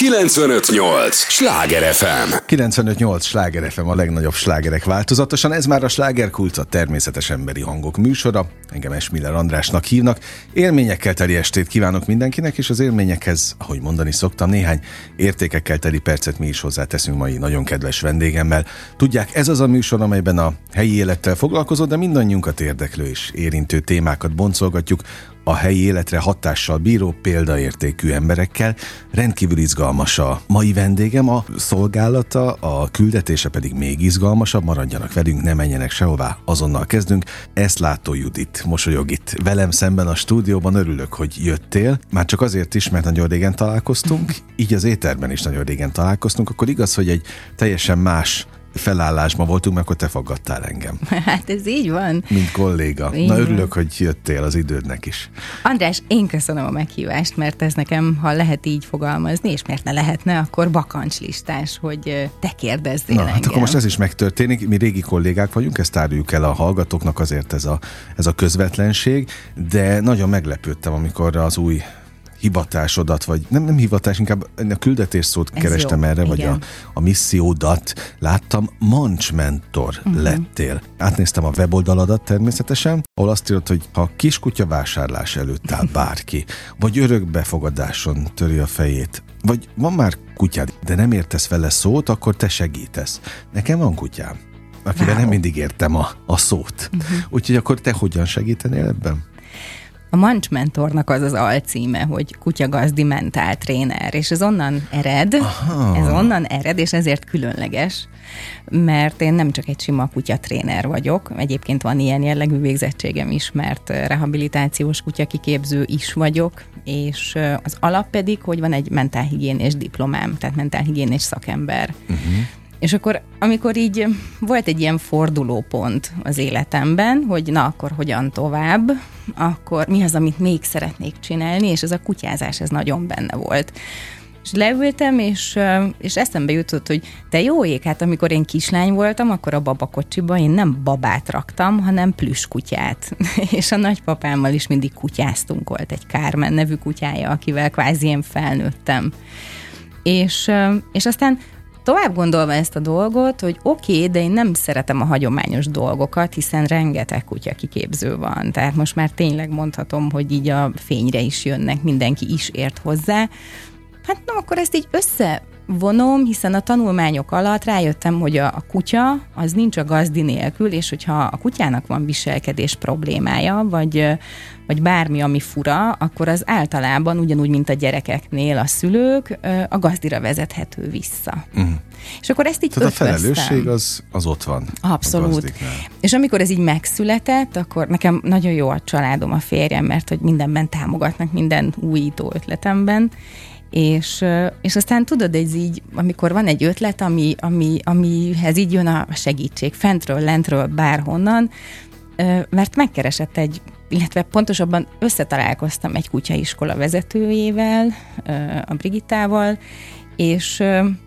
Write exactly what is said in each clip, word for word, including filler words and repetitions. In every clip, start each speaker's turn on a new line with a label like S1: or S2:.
S1: kilencvenöt nyolc Sláger ef em.
S2: kilencvenöt nyolc Sláger ef em, a legnagyobb slágerek változatosan. Ez már a Slágerkult, a természetes emberi hangok műsora. Engem Esmiller Andrásnak hívnak. Élményekkel teli estét kívánok mindenkinek, és az élményekhez, ahogy mondani szoktam, néhány értékekkel teli percet mi is hozzáteszünk mai nagyon kedves vendégemmel. Tudják, ez az a műsor, amelyben a helyi élettel foglalkozó, de mindannyiunkat érdeklő és érintő témákat boncolgatjuk a helyi életre hatással bíró példaértékű emberekkel. Rendkívül izgalmas a mai vendégem, a szolgálata, a küldetése pedig még izgalmasabb. Maradjanak velünk, ne menjenek sehová, azonnal kezdünk. Ezt látó Judit mosolyog itt velem szemben a stúdióban, örülök, hogy jöttél. Már csak azért is, mert nagyon régen találkoztunk, így az éterben is nagyon régen találkoztunk, akkor igaz, hogy egy teljesen más felállásban voltunk, mert akkor te fogadtál engem.
S3: Hát ez így van.
S2: Mint kolléga.
S3: Így
S2: Na
S3: van.
S2: örülök, hogy jöttél az idődnek is.
S3: András, én köszönöm a meghívást, mert ez nekem, ha lehet így fogalmazni, és miért ne lehetne, akkor bakancslistás, hogy te kérdezzél
S2: Na,
S3: engem.
S2: hát akkor most ez is megtörténik. Mi régi kollégák vagyunk, ezt áruljuk el a hallgatóknak, azért ez a, ez a közvetlenség, de nagyon meglepődtem, amikor az új hivatásodat, vagy nem, nem hivatás, inkább a küldetés szót ez kerestem jó, erre, igen. Vagy a, a missziódat láttam, mancsmentor uh-huh. lettél. Átnéztem a weboldaladat természetesen, ahol azt írod, hogy ha kiskutya vásárlás előtt áll bárki, vagy örökbefogadáson töri a fejét, vagy van már kutyád, de nem értesz vele szót, akkor te segítesz. Nekem van kutyám, akivel wow. nem mindig értem a, a szót. Uh-huh. Úgyhogy akkor te hogyan segítenél ebben?
S3: A mancsmentornak az az alcíme, hogy kutyagazdi mentáltréner, és ez onnan ered, Aha. ez onnan ered, és ezért különleges, mert én nem csak egy sima kutyatréner vagyok, egyébként van ilyen jellegű végzettségem is, mert rehabilitációs kutyakiképző is vagyok, és az alap pedig, hogy van egy mentálhigiénés diplomám, tehát mentálhigiénés szakember. Uh-huh. És akkor, amikor így volt egy ilyen fordulópont az életemben, hogy na, akkor hogyan tovább, akkor mi az, amit még szeretnék csinálni, és ez a kutyázás, ez nagyon benne volt. És leültem, és, és eszembe jutott, hogy te jó ég, hát amikor én kislány voltam, akkor a babakocsiba én nem babát raktam, hanem plüsskutyát. És a nagypapámmal is mindig kutyáztunk, volt egy Carmen nevű kutyája, akivel kvázi én felnőttem. És, és aztán tovább gondolva ezt a dolgot, hogy oké, okay, de én nem szeretem a hagyományos dolgokat, hiszen rengeteg kutyakiképző van. Tehát most már tényleg mondhatom, hogy így a fényre is jönnek, mindenki is ért hozzá. Hát no, akkor ezt így összevonom, hiszen a tanulmányok alatt rájöttem, hogy a, a kutya az nincs a gazdi nélkül, és hogyha a kutyának van viselkedés problémája, vagy, vagy bármi, ami fura, akkor az általában ugyanúgy, mint a gyerekeknél a szülők, a gazdira vezethető vissza. Uh-huh. És akkor ezt így
S2: tehát
S3: ötvöztem.
S2: A felelősség az, az ott van.
S3: Abszolút. És amikor ez így megszületett, akkor nekem nagyon jó a családom, a férjem, mert hogy mindenben támogatnak, minden újító ötletemben. És, és aztán tudod, ez így, amikor van egy ötlet, ami, ami, amihez így jön a segítség, fentről, lentről, bárhonnan, mert megkeresett egy, illetve pontosabban összetalálkoztam egy kutyaiskola vezetőjével, a Brigittával, és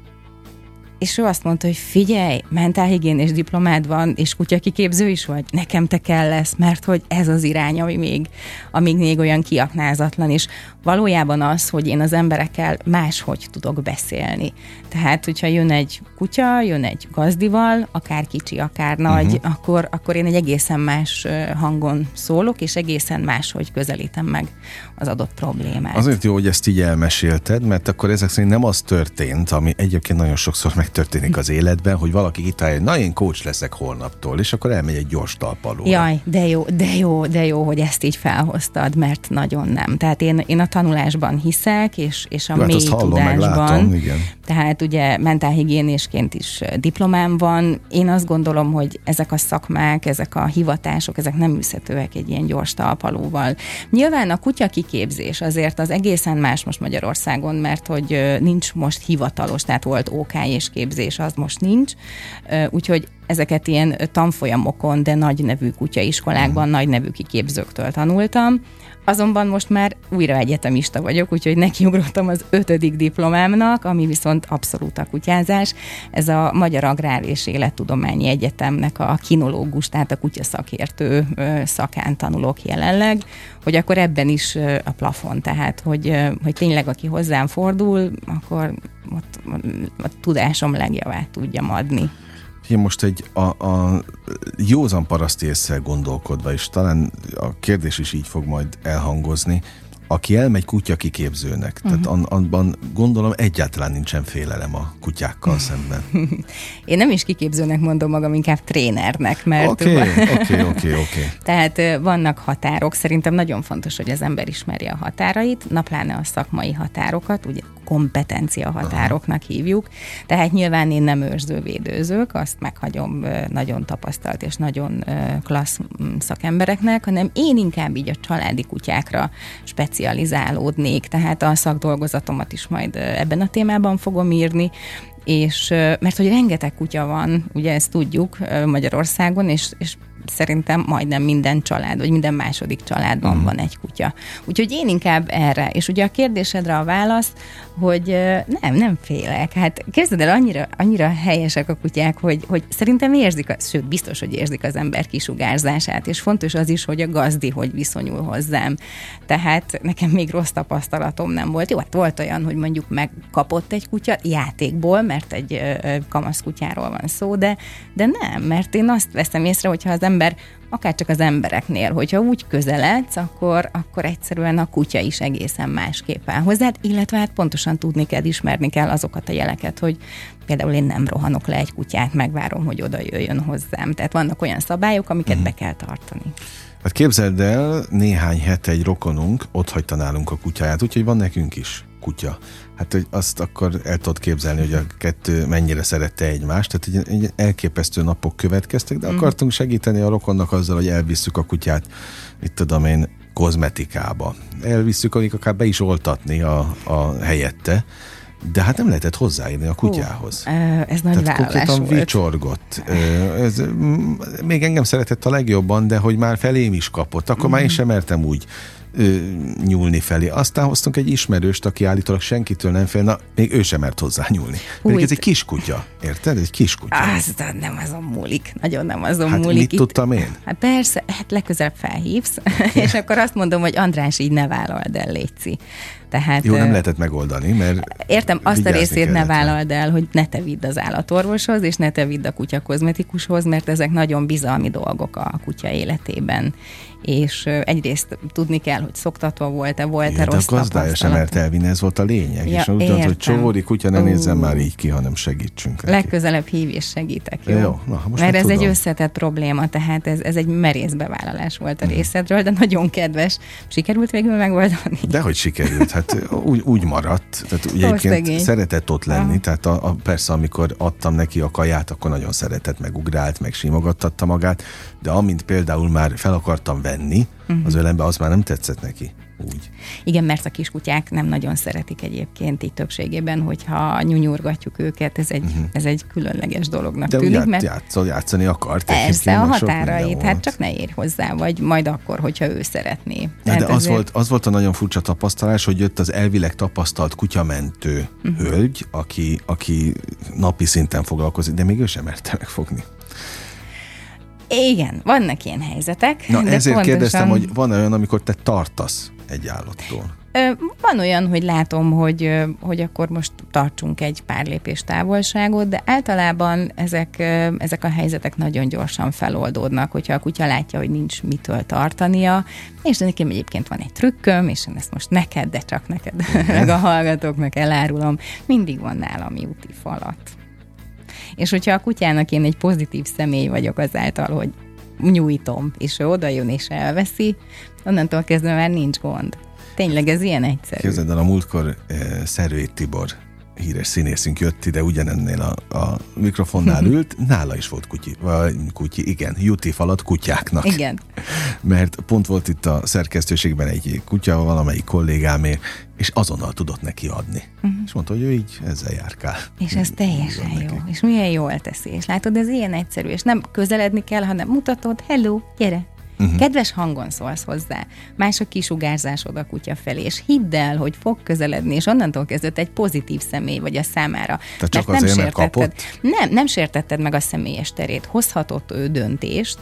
S3: és ő azt mondta, hogy figyelj, mentálhigiénés diplomád van, és kutyakiképző is vagy, nekem te kell lesz, mert hogy ez az irány, ami még, amíg még olyan kiaknázatlan, és valójában az, hogy én az emberekkel máshogy tudok beszélni. Tehát, hogyha jön egy kutya, jön egy gazdival, akár kicsi, akár nagy, uh-huh. akkor, akkor én egy egészen más hangon szólok, és egészen máshogy közelítem meg az adott problémát. Azért
S2: jó, hogy ezt így elmesélted, mert akkor ezek szerint nem az történt, ami egyébként nagyon sokszor megtörténik az életben, hogy valaki kitálja, na én coach leszek holnaptól, és akkor elmegy egy gyors talpalóra.
S3: Jaj, de jó, de jó, de jó, hogy ezt így felhoztad, mert nagyon nem. Tehát én, én a tanulásban hiszek, és, és a
S2: jó,
S3: mély
S2: hát hallom,
S3: tudásban.
S2: látom, igen.
S3: Tehát ugye mentálhigiénésként is diplomám van. Én azt gondolom, hogy ezek a szakmák, ezek a hivatások, ezek nem űzhetőek egy ilyen gyors talpalóval. Nyilván a kutyakiképzés azért az egészen más most Magyarországon, mert hogy nincs most hivatalos, tehát volt ó ká és kiképzés az most nincs, úgyhogy ezeket ilyen tanfolyamokon, de nagy nevű kutyaiskolákban, mm. nagy nevű kiképzőktől tanultam. Azonban most már újra egyetemista vagyok, úgyhogy nekiugrottam az ötödik diplomámnak, ami viszont abszolút a kutyázás. Ez a Magyar Agrár és Élettudományi Egyetemnek a kinológus, tehát a kutyaszakértő szakán tanulok jelenleg, hogy akkor ebben is a plafon, tehát hogy, hogy tényleg aki hozzám fordul, akkor ott a tudásom legjavát tudjam adni.
S2: Én most egy a, a józan paraszti ésszel gondolkodva, és talán a kérdés is így fog majd elhangozni, aki elmegy kutya kiképzőnek, uh-huh. tehát abban gondolom egyáltalán nincsen félelem a kutyákkal szemben.
S3: Én nem is kiképzőnek mondom magam, inkább trénernek, mert...
S2: Oké, oké, oké, oké.
S3: Tehát vannak határok, szerintem nagyon fontos, hogy az ember ismerje a határait, napláne a szakmai határokat, ugye kompetencia határoknak Aha. hívjuk, tehát nyilván én nem őrző-védőzők, azt meghagyom nagyon tapasztalt és nagyon klassz szakembereknek, hanem én inkább így a családi kutyákra specializálódnék, tehát a szakdolgozatomat is majd ebben a témában fogom írni, és mert hogy rengeteg kutya van, ugye ezt tudjuk Magyarországon, és, és szerintem majdnem minden család, vagy minden második családban uh-huh. van egy kutya. Úgyhogy én inkább erre. És ugye a kérdésedre a válasz, hogy nem, nem félek. Hát képzeld el, annyira, annyira helyesek a kutyák, hogy, hogy szerintem érzik, sőt, biztos, hogy érzik az ember kisugárzását, és fontos az is, hogy a gazdi hogy viszonyul hozzám. Tehát nekem még rossz tapasztalatom nem volt. Jó, hát volt olyan, hogy mondjuk megkapott egy kutya játékból, mert egy kamasz kutyáról van szó, de, de nem, mert én azt veszem észre, hogyha az ember, akár csak az embereknél, hogyha úgy közeledsz, akkor, akkor egyszerűen a kutya is egészen másképp áll hozzád, illetve hát pontosan tudni kell, ismerni kell azokat a jeleket, hogy például én nem rohanok le egy kutyát, megvárom, hogy oda jöjjön hozzám. Tehát vannak olyan szabályok, amiket uh-huh. be kell tartani.
S2: Hát képzeld el, néhány hete egy rokonunk otthagyta nálunk a kutyáját, úgyhogy van nekünk is kutya. Hát hogy azt akkor el tudod képzelni, hogy a kettő mennyire szerette egymást, tehát egy, egy elképesztő napok következtek, de mm. akartunk segíteni a rokonnak azzal, hogy elvisszük a kutyát, itt tudom én, kozmetikába. Elvisszük, amik akár be is oltatni a, a helyette, de hát nem lehetett hozzáírni a kutyához.
S3: Ó, ez nagy
S2: tehát
S3: vállalás volt.
S2: vicsorgott. Ez, még engem szeretett a legjobban, de hogy már felém is kapott, akkor mm. már én sem mertem úgy Ö, nyúlni felé. Aztán hoztunk egy ismerőst, aki állítólag senkitől nem fél, na, még ő sem mert hozzá nyúlni. Pedig ez egy kis kutya, érted? Egy kis kutya.
S3: Az nem azon múlik. Nagyon nem azon
S2: hát
S3: múlik.
S2: mit Itt, tudtam én?
S3: Hát persze, hát legközelebb felhívsz, és akkor azt mondom, hogy András, így ne vállald el, létszi. Tehát,
S2: jó, nem lehetett megoldani, mert
S3: értem, azt a részét ne vállald el, hogy ne te vidd az állatorvoshoz, és ne te vidd a kutya kozmetikushoz, mert ezek nagyon bizalmi dolgok a kutya életében. És egyrészt tudni kell, hogy szoktatva volt-e, volt-e
S2: igen,
S3: rossz
S2: de a gazdája sem mert elvinni, ez volt a lényeg. Ja, és úgy dönt, hogy csóri kutya, ne nézzen már így ki, hanem segítsünk neki.
S3: Legközelebb hív és segítek, jó?
S2: jó na, most
S3: mert ez
S2: tudom.
S3: egy összetett probléma, tehát ez, ez egy merész bevállalás volt a részedről, de nagyon kedves. Sikerült végül megoldani?
S2: Dehogy sikerült, hát úgy, úgy maradt. Tehát ugye egyébként szeretett ott lenni, Aha. tehát a, a, persze amikor adtam neki a kaját, akkor nagyon szeretett, megugrált, meg simogattatta magát, de amint például már fel akartam venni, uh-huh. az ölembe, az már nem tetszett neki. Úgy.
S3: Igen, mert a kiskutyák nem nagyon szeretik egyébként így többségében, hogyha nyúnyurgatjuk őket, ez egy, uh-huh. ez egy különleges dolognak
S2: de
S3: tűnik.
S2: De
S3: mert
S2: játszani, játszani akart.
S3: Persze, a határait, hát csak ne érj hozzá, vagy majd akkor, hogyha ő szeretné.
S2: De, de az, ezért... volt, az volt a nagyon furcsa tapasztalás, hogy jött az elvileg tapasztalt kutyamentő uh-huh. hölgy, aki, aki napi szinten foglalkozik, de még ő sem merte megfogni.
S3: Igen, vannak ilyen helyzetek.
S2: Na,
S3: de
S2: ezért
S3: pontosan...
S2: kérdeztem, hogy van olyan, amikor te tartasz egy állattól?
S3: Van olyan, hogy látom, hogy, hogy akkor most tartsunk egy pár lépés távolságot, de általában ezek, ezek a helyzetek nagyon gyorsan feloldódnak, hogyha a kutya látja, hogy nincs mitől tartania, és de nekem egyébként van egy trükköm, és én ezt most neked, de csak neked, meg a hallgatóknak elárulom, mindig van nálam úti falat. És hogyha a kutyának én egy pozitív személy vagyok azáltal, hogy nyújtom, és ő oda jön és elveszi, onnantól kezdve már nincs gond. Tényleg ez ilyen egyszerű.
S2: Képzeld el, a múltkor eh, Szervét Tibor híres színészünk jött ide, ugyanennél a, a mikrofonnál ült, nála is volt kutyi, vagy kutyi, igen, Juti falat kutyáknak.
S3: Igen.
S2: Mert pont volt itt a szerkesztőségben egy kutya, valamelyik kollégámé, és azonnal tudott neki adni. Uh-huh. És mondta, hogy ő így ezzel járkál.
S3: És ez teljesen jó. Neki. És milyen jól teszi. És látod, ez ilyen egyszerű, és nem közeledni kell, hanem mutatod, hello, gyere. Uh-huh. Kedves hangon szólsz hozzá, más a kisugárzásod a kutya felé, és hidd el, hogy fog közeledni, és onnantól kezdett egy pozitív személy vagy a számára.
S2: Tehát csak nem azért, mert kapott?
S3: Nem, nem sértetted meg a személyes terét, hozhatott ő döntést,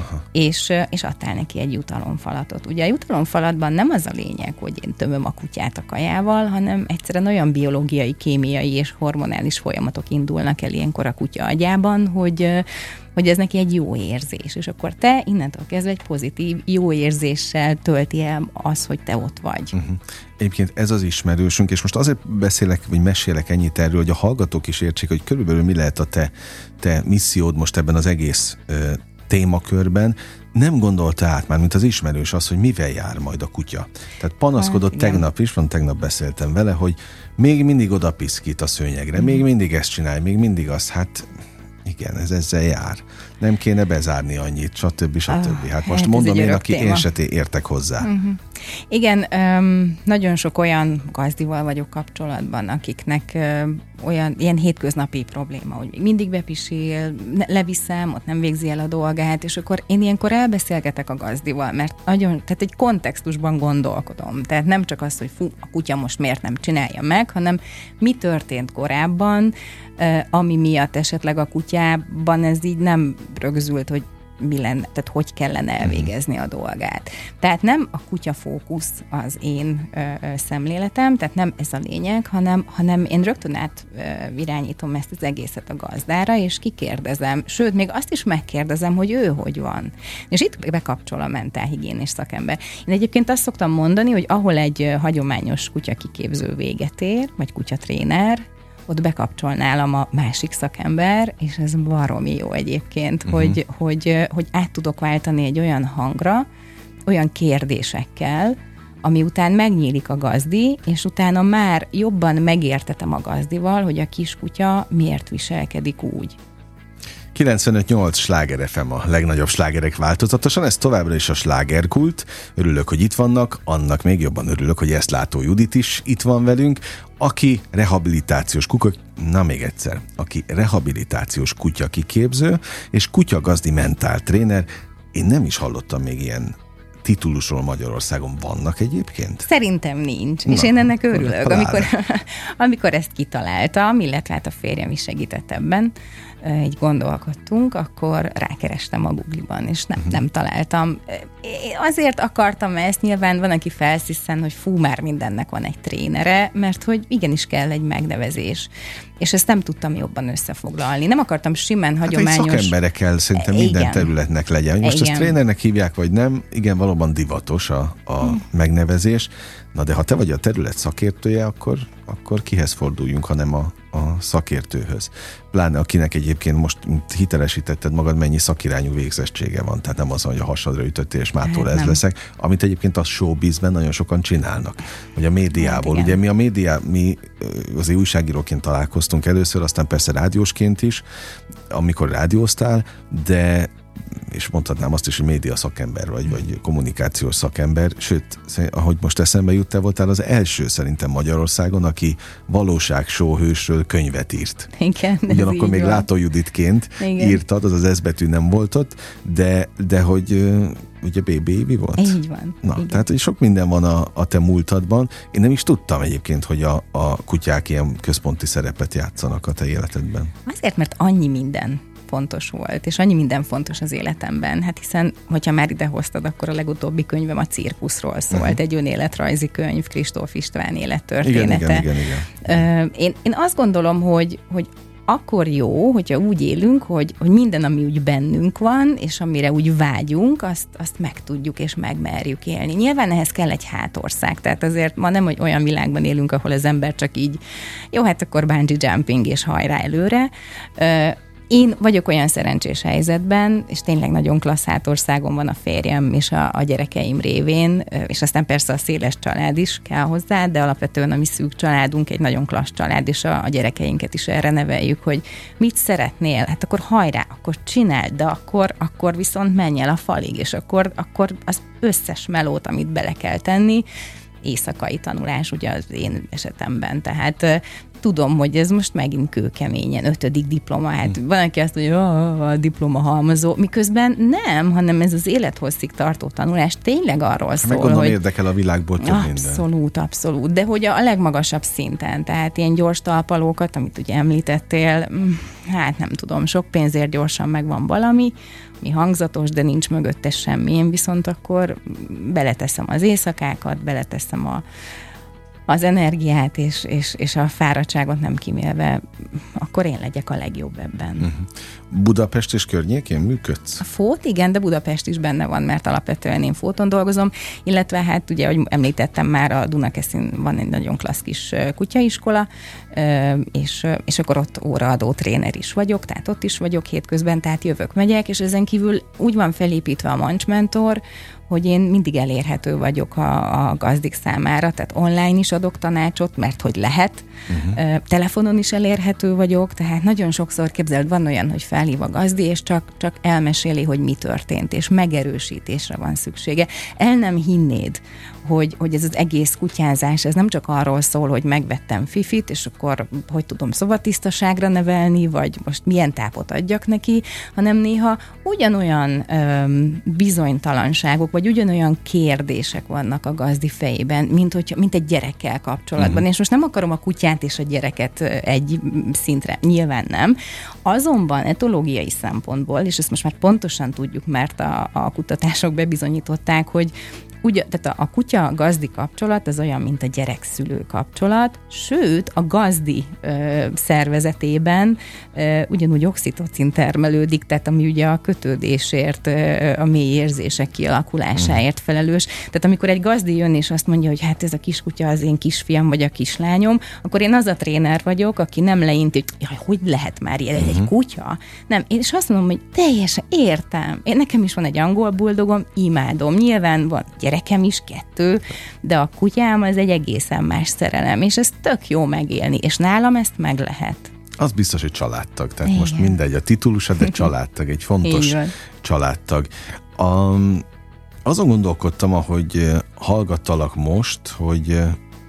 S3: és, és adtál neki egy jutalomfalatot. Ugye a jutalomfalatban nem az a lényeg, hogy én tömöm a kutyát a kajával, hanem egyszerűen olyan biológiai, kémiai és hormonális folyamatok indulnak el ilyenkor a kutya agyában, hogy hogy ez neki egy jó érzés, és akkor te innentől kezdve egy pozitív, jó érzéssel tölti el az, hogy te ott vagy. Uh-huh.
S2: Egyébként ez az ismerősünk, és most azért beszélek, vagy mesélek ennyit erről, hogy a hallgatók is értsék, hogy körülbelül mi lehet a te, te missziód most ebben az egész ö, témakörben. Nem gondolta át már, mint az ismerős az, hogy mivel jár majd a kutya. Tehát panaszkodott hát, tegnap is, van tegnap beszéltem vele, hogy még mindig oda piszkít a szőnyegre, mm. még mindig ezt csinálj, még mindig az, hát igen, ez ezzel jár. Nem kéne bezárni annyit, stb. stb. Hát most hát mondom én, aki téma. Én se értek hozzá. Uh-huh.
S3: Igen, um, nagyon sok olyan gazdival vagyok kapcsolatban, akiknek um, olyan ilyen hétköznapi probléma, hogy még mindig bepisil, leviszem, ott nem végzi el a dolgát, és akkor én ilyenkor elbeszélgetek a gazdival, mert nagyon, tehát egy kontextusban gondolkodom. Tehát nem csak az, hogy fú, a kutya most miért nem csinálja meg, hanem mi történt korábban, uh, ami miatt esetleg a kutyában ez így nem rögzült, hogy mi lenne, tehát hogy kellene elvégezni a dolgát. Tehát nem a kutya fókusz az én ö, ö, szemléletem, tehát nem ez a lényeg, hanem, hanem én rögtön át ö, irányítom ezt az egészet a gazdára, és kikérdezem, sőt, még azt is megkérdezem, hogy ő hogy van. És itt bekapcsol a mentálhigiénés szakember. Én egyébként azt szoktam mondani, hogy ahol egy ö, hagyományos kutya kiképző véget ér, vagy kutyatréner, ott bekapcsol nálam a másik szakember, és ez baromi jó egyébként, uh-huh. hogy, hogy, hogy át tudok váltani egy olyan hangra, olyan kérdésekkel, ami után megnyílik a gazdi, és utána már jobban megértetem a gazdival, hogy a kiskutya miért viselkedik úgy.
S2: kilencvenöt nyolc Sláger ef em a legnagyobb slágerek változatosan, ez továbbra is a slágerkult. Örülök, hogy itt vannak, annak még jobban örülök, hogy ezt látó Judit is itt van velünk, aki rehabilitációs kutya, na még egyszer, aki rehabilitációs kutya kiképző, és kutyagazdi mentál tréner. Én nem is hallottam még ilyen titulusról Magyarországon. Vannak egyébként?
S3: Szerintem nincs, na, és én ennek örülök. Amikor, amikor ezt kitaláltam, illetve hát a férjem is segített ebben, így gondolkodtunk, akkor rákerestem a Google-ban, és nem, uh-huh. nem találtam. Én azért akartam ezt, nyilván van, aki felsziszen, hogy fú, már mindennek van egy trénere, mert hogy igenis kell egy megnevezés. És ezt nem tudtam jobban összefoglalni. Nem akartam simán hagyományos...
S2: Hát szakembere kell szerintem igen. minden területnek legyen. Most igen. ezt trénernek hívják, vagy nem, igen, valóban divatos a, a hmm. megnevezés. Na de ha te vagy a terület szakértője, akkor, akkor kihez forduljunk, hanem a, a szakértőhöz. Pláne akinek egyébként most hitelesítetted magad, mennyi szakirányú végzettsége van. Tehát nem az, hogy a hasadra ütöttél, és mától hát ez nem. leszek. Amit egyébként a showbizben nagyon sokan csinálnak. Vagy a médiából. Hát ugye mi a médiá, mi azért újságíróként találkoztunk először, aztán persze rádiósként is, amikor rádióztál, de és mondhatnám azt is, hogy média szakember vagy, vagy kommunikációs szakember, sőt, ahogy most eszembe jut, te voltál az első szerintem Magyarországon, aki valóságshow hősről könyvet írt.
S3: Igen,
S2: ugyanakkor még Látó Juditként igen. írtad, az az S betű nem volt ott, de, de hogy ugye Baby volt?
S3: Így van.
S2: Na,
S3: igen.
S2: tehát sok minden van a, a te múltadban. Én nem is tudtam egyébként, hogy a, a kutyák ilyen központi szerepet játszanak a te életedben.
S3: Azért, mert annyi minden fontos volt, és annyi minden fontos az életemben. Hát hiszen, hogyha már ide hoztad, akkor a legutóbbi könyvem a cirkuszról szólt. Uh-huh. Egy önéletrajzi könyv, Kristóf István élettörténete.
S2: Igen, igen, igen, igen.
S3: Én, én azt gondolom, hogy, hogy akkor jó, hogyha úgy élünk, hogy, hogy minden, ami úgy bennünk van, és amire úgy vágyunk, azt, azt meg tudjuk és megmerjük élni. Nyilván ehhez kell egy hátország, tehát azért ma nem hogy olyan világban élünk, ahol az ember csak így, jó, hát akkor bungee jumping és hajrá előre. Én vagyok olyan szerencsés helyzetben, és tényleg nagyon klassz hátországom van a férjem és a, a gyerekeim révén, és aztán persze a széles család is kell hozzá, de alapvetően a mi szűk családunk egy nagyon klassz család, és a, a gyerekeinket is erre neveljük, hogy mit szeretnél, hát akkor hajrá, akkor csináld, de akkor, akkor viszont menj el a falig, és akkor, akkor az összes melót, amit bele kell tenni, éjszakai tanulás ugye az én esetemben, tehát tudom, hogy ez most megint kőkeményen, ötödik diploma, hát hmm. van, aki azt mondja, hogy a diploma halmozó, miközben nem, hanem ez az élethosszig tartó tanulás tényleg arról szól,
S2: Meg
S3: hogy...
S2: érdekel a világból több minden.
S3: Abszolút, abszolút, de hogy a legmagasabb szinten, tehát ilyen gyors talpalókat, amit ugye említettél, hát nem tudom, sok pénzért gyorsan megvan valami, mi hangzatos, de nincs mögötte semmi, én viszont akkor beleteszem az éjszakákat, beleteszem a az energiát és, és, és a fáradtságot nem kimélve, akkor én legyek a legjobb ebben. Uh-huh.
S2: Budapest és környékén működsz?
S3: A Fót, igen, de Budapest is benne van, mert alapvetően én Fóton dolgozom, illetve hát ugye, ahogy említettem már, a Dunakeszin van egy nagyon klassz kis kutyaiskola, és, és akkor ott óraadó tréner is vagyok, tehát ott is vagyok hétközben, tehát jövök, megyek, és ezen kívül úgy van felépítve a Mancs Mentor, hogy én mindig elérhető vagyok a, a gazdik számára, tehát online is adok tanácsot, mert hogy lehet, uh-huh. telefonon is elérhető vagyok, tehát nagyon sokszor képzeld, van olyan, hogy felhív a gazdi, és csak, csak elmeséli, hogy mi történt, és megerősítésre van szüksége. El nem hinnéd, hogy, hogy ez az egész kutyázás, ez nem csak arról szól, hogy megvettem Fifit, és akkor hogy tudom szobatisztaságra nevelni, vagy most milyen tápot adjak neki, hanem néha ugyanolyan öm, bizonytalanságok, vagy ugyanolyan kérdések vannak a gazdi fejében, mint, hogy, mint egy gyerekkel kapcsolatban. Uh-huh. És most nem akarom a kutyát és a gyereket egy szintre, nyilván nem. Azonban etológiai szempontból, és ezt most már pontosan tudjuk, mert a, a kutatások bebizonyították, hogy Ugye, tehát a, a kutya-gazdi kapcsolat az olyan, mint a gyerek-szülő kapcsolat, sőt, a gazdi ö, szervezetében ö, ugyanúgy oxitocin termelődik, tehát ami ugye a kötődésért, ö, a mély érzések kialakulásáért felelős. Tehát amikor egy gazdi jön és azt mondja, hogy hát ez a kiskutya az én kisfiam vagy a kislányom, akkor én az a tréner vagyok, aki nem leinti, hogy jaj, hogy lehet már ilyen uh-huh. egy kutya? Nem, én is azt mondom, hogy teljesen értem. Én, nekem is van egy angol buldogom, imádom. Nyilván van gyerekem is, kettő, de a kutyám az egy egészen más szerelem, és ez tök jó megélni, és nálam ezt meg lehet.
S2: Az biztos, hogy családtag, tehát igen. Most mindegy, a titulusod, de családtag, egy fontos családtag. A, azon gondolkodtam, ahogy hallgattalak most, hogy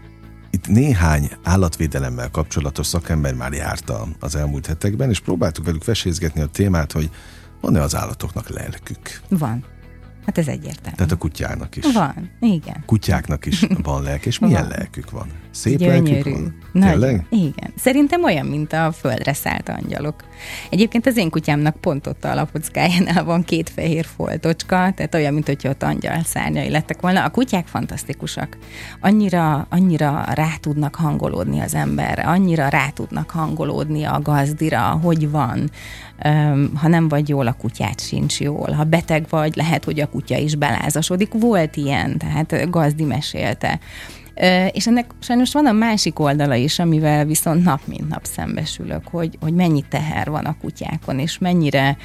S2: itt néhány állatvédelemmel kapcsolatos szakember már járt az elmúlt hetekben, és próbáltuk velük vesézgetni a témát, hogy van-e az állatoknak lelkük?
S3: Van. Hát ez egyértelmű.
S2: Tehát a kutyának is.
S3: Van, igen.
S2: Kutyáknak is van lelk, és milyen van. Lelkük van? Szép
S3: gyönyörű.
S2: Lelkük van?
S3: Tényleg? Igen. Szerintem olyan, mint a földre szállt angyalok. Egyébként az én kutyámnak pont ott a lapockájánál van két fehér foltocska, tehát olyan, mint hogyha ott angyal szárnyai lettek volna. A kutyák fantasztikusak. Annyira, annyira rá tudnak hangolódni az emberre, annyira rá tudnak hangolódni a gazdira, hogy van. Um, ha nem vagy jól, a kutyát sincs jól. Ha beteg vagy, lehet, hogy a kutya is belázasodik. Volt ilyen, tehát gazdi mesélte. Uh, és ennek sajnos van a másik oldala is, amivel viszont nap mint nap szembesülök, hogy, hogy mennyi teher van a kutyákon, és mennyire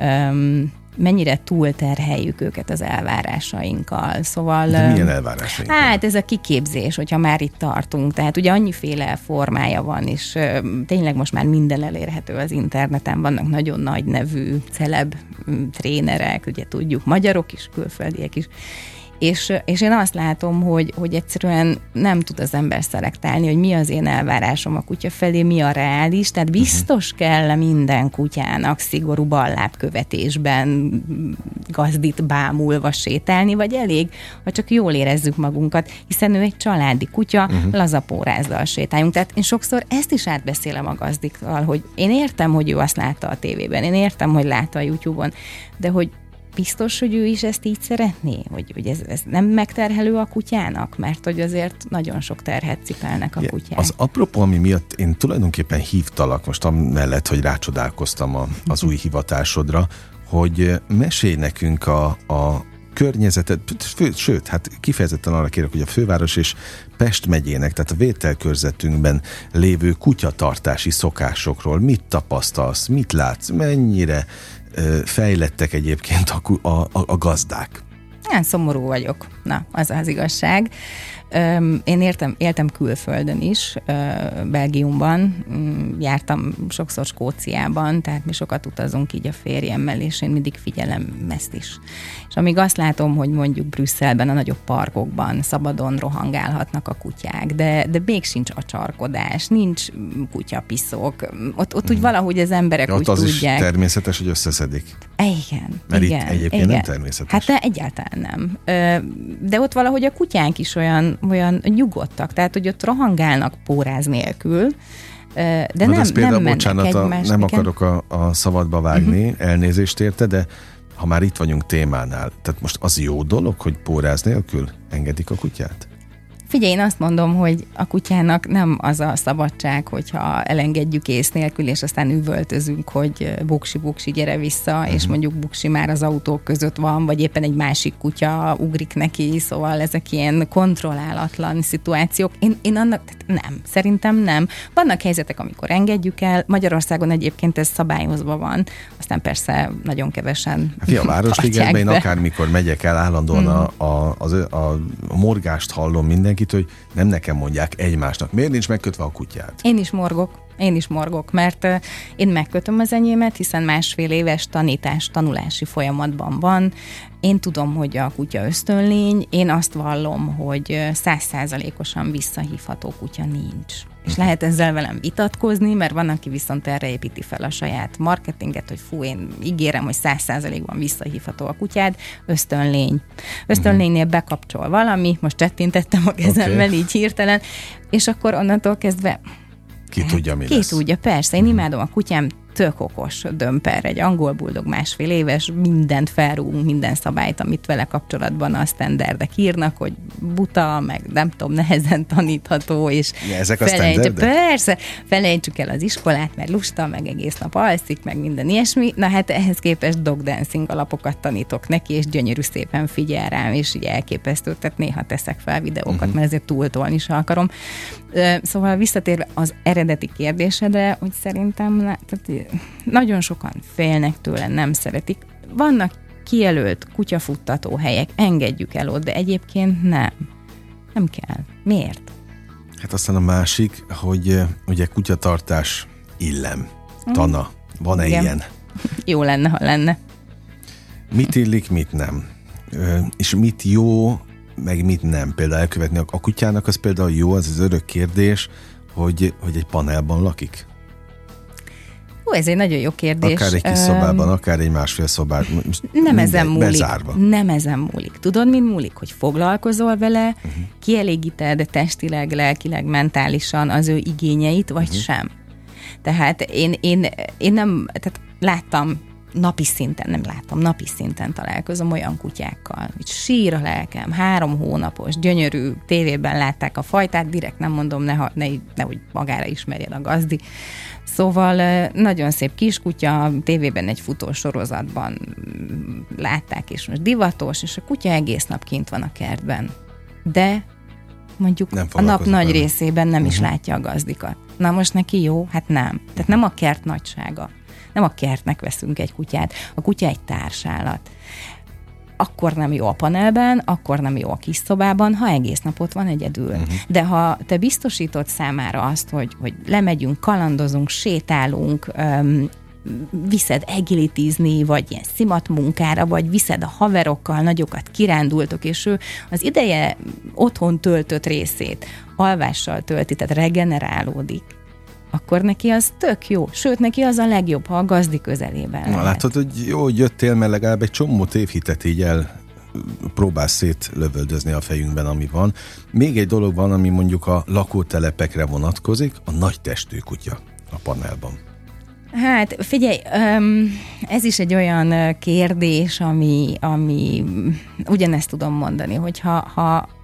S3: um, mennyire túlterheljük őket az elvárásainkkal. Szóval...
S2: De milyen elvárásaink?
S3: Hát ez a kiképzés, hogyha már itt tartunk. Tehát ugye annyiféle formája van, és uh, tényleg most már minden elérhető az interneten. Vannak nagyon nagy nevű celeb trénerek, ugye tudjuk, magyarok is, külföldiek is. És, és én azt látom, hogy, hogy egyszerűen nem tud az ember szelektálni, hogy mi az én elvárásom a kutya felé, mi a reális, tehát biztos kell minden kutyának szigorú ballábkövetésben gazdit bámulva sétálni, vagy elég, ha csak jól érezzük magunkat, hiszen ő egy családi kutya, uh-huh. lazapórázzal sétáljunk. Tehát én sokszor ezt is átbeszélem a gazdikkal, hogy én értem, hogy ő azt látta a tévében, én értem, hogy látta a YouTube-on, de hogy biztos, hogy ő is ezt így szeretné? Hogy, hogy ez, ez nem megterhelő a kutyának? Mert hogy azért nagyon sok terhet cipelnek a kutyák. Az
S2: apropó, ami miatt én tulajdonképpen hívtalak, most amellett, hogy rácsodálkoztam a, az új hivatásodra, hogy mesélj nekünk a, a környezetet, sőt, hát kifejezetten arra kérek, hogy a főváros és Pest megyének, tehát a vételkörzetünkben lévő kutyatartási szokásokról mit tapasztalsz, mit látsz, mennyire ö, fejlettek egyébként a, a, a gazdák?
S3: Én szomorú vagyok. Na, az az igazság. Én értem, éltem külföldön is, Belgiumban, jártam sokszor Skóciában, tehát mi sokat utazunk így a férjemmel, és én mindig figyelem ezt is. És amíg azt látom, hogy mondjuk Brüsszelben a nagyobb parkokban szabadon rohangálhatnak a kutyák, de, de még sincs acsarkodás, nincs kutyapiszok, ott, ott mm. úgy valahogy az emberek
S2: ja,
S3: úgy
S2: az
S3: tudják.
S2: Is természetes, hogy összeszedik.
S3: Igen.
S2: Mert
S3: igen,
S2: itt egyébként
S3: igen.
S2: nem természetes.
S3: Hát de egyáltalán nem. De ott valahogy a kutyánk is olyan, olyan nyugodtak, tehát hogy ott rohangálnak póráz nélkül, de Na, nem,
S2: például,
S3: nem mennek
S2: bocsánat, a,
S3: egymás.
S2: nem
S3: igen.
S2: akarok a, a szabadba vágni, uh-huh. elnézést érte, de ha már itt vagyunk témánál, tehát most az jó dolog, hogy póráz nélkül engedik a kutyát?
S3: Figyelj, én azt mondom, hogy a kutyának nem az a szabadság, hogyha elengedjük ész nélkül, és aztán üvöltözünk, hogy buksi-buksi, gyere vissza, uh-huh. és mondjuk buksi már az autók között van, vagy éppen egy másik kutya ugrik neki, szóval ezek ilyen kontrollálatlan szituációk. Én, én annak, nem, szerintem nem. Vannak helyzetek, amikor engedjük el, Magyarországon egyébként ez szabályozva van, aztán persze nagyon kevesen
S2: hát, a Városligetben én akármikor megyek el, állandóan hmm. a, a, a, a morgást hallom mindenki, hogy nem nekem mondják egymásnak. Miért nincs megkötve a kutyát?
S3: Én is morgok. Én is morgok, mert uh, én megkötöm az enyémet, hiszen másfél éves tanítás, tanulási folyamatban van. Én tudom, hogy a kutya ösztönlény, én azt vallom, hogy száz százalékosan visszahívható kutya nincs. És lehet ezzel velem vitatkozni, mert van, aki viszont erre építi fel a saját marketinget, hogy fú, én ígérem, hogy száz százalékban visszahívható a kutyád, ösztönlény. Ösztönlénynél bekapcsol valami, most csettintettem a kezemmel, okay. így hirtelen, és akkor onnantól kezdve
S2: Ki tudja, mi
S3: Ki
S2: lesz.
S3: tudja, persze. Én imádom a kutyám, tök okos dömper, egy angol buldog másfél éves, mindent felrúgunk, minden szabályt, amit vele kapcsolatban a standardek írnak, hogy buta, meg nem tudom, nehezen tanítható, és
S2: ja, ezek a standardek?
S3: Persze, felejtsük el az iskolát, mert lusta, meg egész nap alszik, meg minden ilyesmi. Na hát ehhez képest dog dancing alapokat tanítok neki, és gyönyörű szépen figyel rám, és így elképesztő, tehát néha teszek fel videókat, uh-huh. mert ezért túltolni sem akarom. Szóval visszatérve az eredeti kérdésedre, hogy szerintem tehát nagyon sokan félnek tőle, nem szeretik. Vannak kijelölt kutyafuttató helyek, engedjük el ott, de egyébként nem. Nem kell. Miért?
S2: Hát aztán a másik, hogy ugye kutyatartás illem, tana. Van-e
S3: Igen.
S2: ilyen?
S3: Jó lenne, ha lenne.
S2: Mit illik, mit nem? És mit jó, meg mit nem? Például elkövetni a kutyának, az például jó, az az örök kérdés, hogy, hogy egy panelban lakik.
S3: Ó, ez egy nagyon jó kérdés.
S2: Akár egy kis szobában, akár egy másfél szobában.
S3: Nem ezen múlik.
S2: Bezárva.
S3: Nem ezen múlik. Tudod, min múlik? Hogy foglalkozol vele, uh-huh. kielégíted testileg, lelkileg, mentálisan az ő igényeit, vagy uh-huh. sem. Tehát én, én, én nem, tehát láttam napi szinten, nem láttam, napi szinten találkozom olyan kutyákkal, hogy sír a lelkem, három hónapos, gyönyörű, tévében látták a fajtát, direkt nem mondom, neha, ne, nehogy magára ismerjen a gazdi. Szóval nagyon szép kiskutya, tévében egy futó sorozatban látták, és most divatos, és a kutya egész nap kint van a kertben. De mondjuk a nap nagy vele. részében nem uh-huh. is látja a gazdikat. Na most neki jó? Hát nem. Tehát nem a kert nagysága. Nem a kertnek veszünk egy kutyát. A kutya egy társállat. Akkor nem jó a panelben, akkor nem jó a kis szobában, ha egész napot van egyedül. Uh-huh. De ha te biztosítod számára azt, hogy, hogy lemegyünk, kalandozunk, sétálunk, öm, viszed agilitízni, vagy ilyen szimatmunkára, vagy viszed a haverokkal, nagyokat kirándultok, és ő az ideje otthon töltött részét alvással tölti, tehát regenerálódik, akkor neki az tök jó. Sőt, neki az a legjobb, ha a gazdi közelében lehet.
S2: Na, látod, hogy jó, hogy jöttél, mert legalább egy csomó tévhitet így el próbálsz szétlövöldözni a fejünkben, ami van. Még egy dolog van, ami mondjuk a lakótelepekre vonatkozik, a nagy testű kutya a panelban.
S3: Hát figyelj, ez is egy olyan kérdés, ami, ami ugyanezt tudom mondani, hogy ha, ha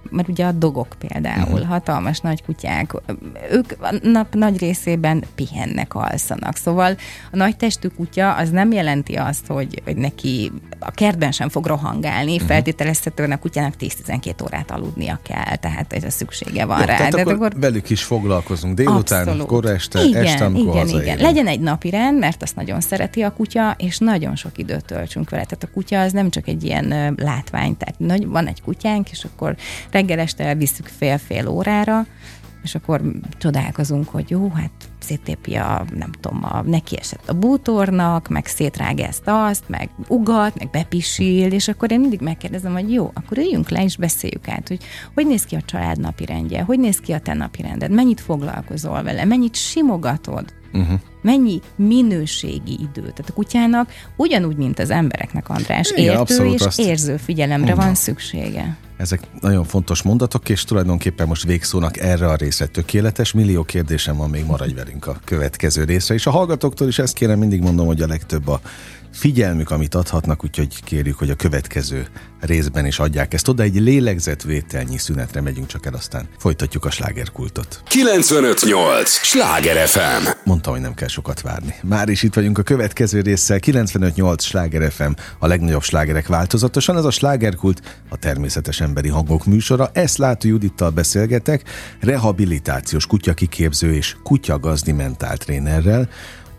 S3: mert ugye a dogok például, uh-huh. hatalmas nagy kutyák, ők a nap nagy részében pihennek, alszanak. Szóval a nagy testű kutya az nem jelenti azt, hogy, hogy neki a kertben sem fog rohangálni, uh-huh. feltételezhetően a kutyának tíz-tizenkét órát aludnia kell, tehát ez a szüksége van
S2: jó,
S3: rá.
S2: Tehát
S3: de
S2: akkor,
S3: akkor
S2: velük is foglalkozunk délután, kora este,
S3: igen,
S2: este, amikor
S3: igen,
S2: hazaérünk.
S3: igen. Legyen egy napirend, mert azt nagyon szereti a kutya, és nagyon sok időt töltsünk vele. Tehát a kutya az nem csak egy ilyen látvány, tehát nagy, van egy kutyánk, és akkor reggel este elvisszük fél-fél órára, és akkor csodálkozunk, hogy jó, hát széttépi a, nem tudom, a, neki esett a bútornak, meg szétrág ezt-azt, meg ugat, meg bepisil, és akkor én mindig megkérdezem, hogy jó, akkor üljünk le, és beszéljük át, hogy hogy néz ki a család napirendje, hogy néz ki a te napirended, mennyit foglalkozol vele, mennyit simogatod, uh-huh. mennyi minőségi idő. Tehát a kutyának ugyanúgy, mint az embereknek, András,
S2: igen,
S3: értő és
S2: azt
S3: érző figyelemre
S2: mondom.
S3: van szüksége.
S2: Ezek nagyon fontos mondatok, és tulajdonképpen most végszónak erre a részre tökéletes. Millió kérdésem van, még maradj velünk a következő részre. És a hallgatóktól is ezt kérem, mindig mondom, hogy a legtöbb a figyelmük, amit adhatnak, úgyhogy kérjük, hogy a következő részben is adják ezt oda. Egy lélegzetvételnyi szünetre megyünk csak el, aztán folytatjuk a slágerkultot.
S1: kilencvenöt nyolc Sláger ef em.
S2: Mondtam, hogy nem kell sokat várni. Már is itt vagyunk a következő résszel. kilencvenöt nyolc Sláger ef em, a legnagyobb slágerek változatosan. Ez a slágerkult, a természetes emberi hangok műsora. Ezt Látó Judittal beszélgetek, rehabilitációs kutyakiképző és kutyagazdi mentáltrénerrel,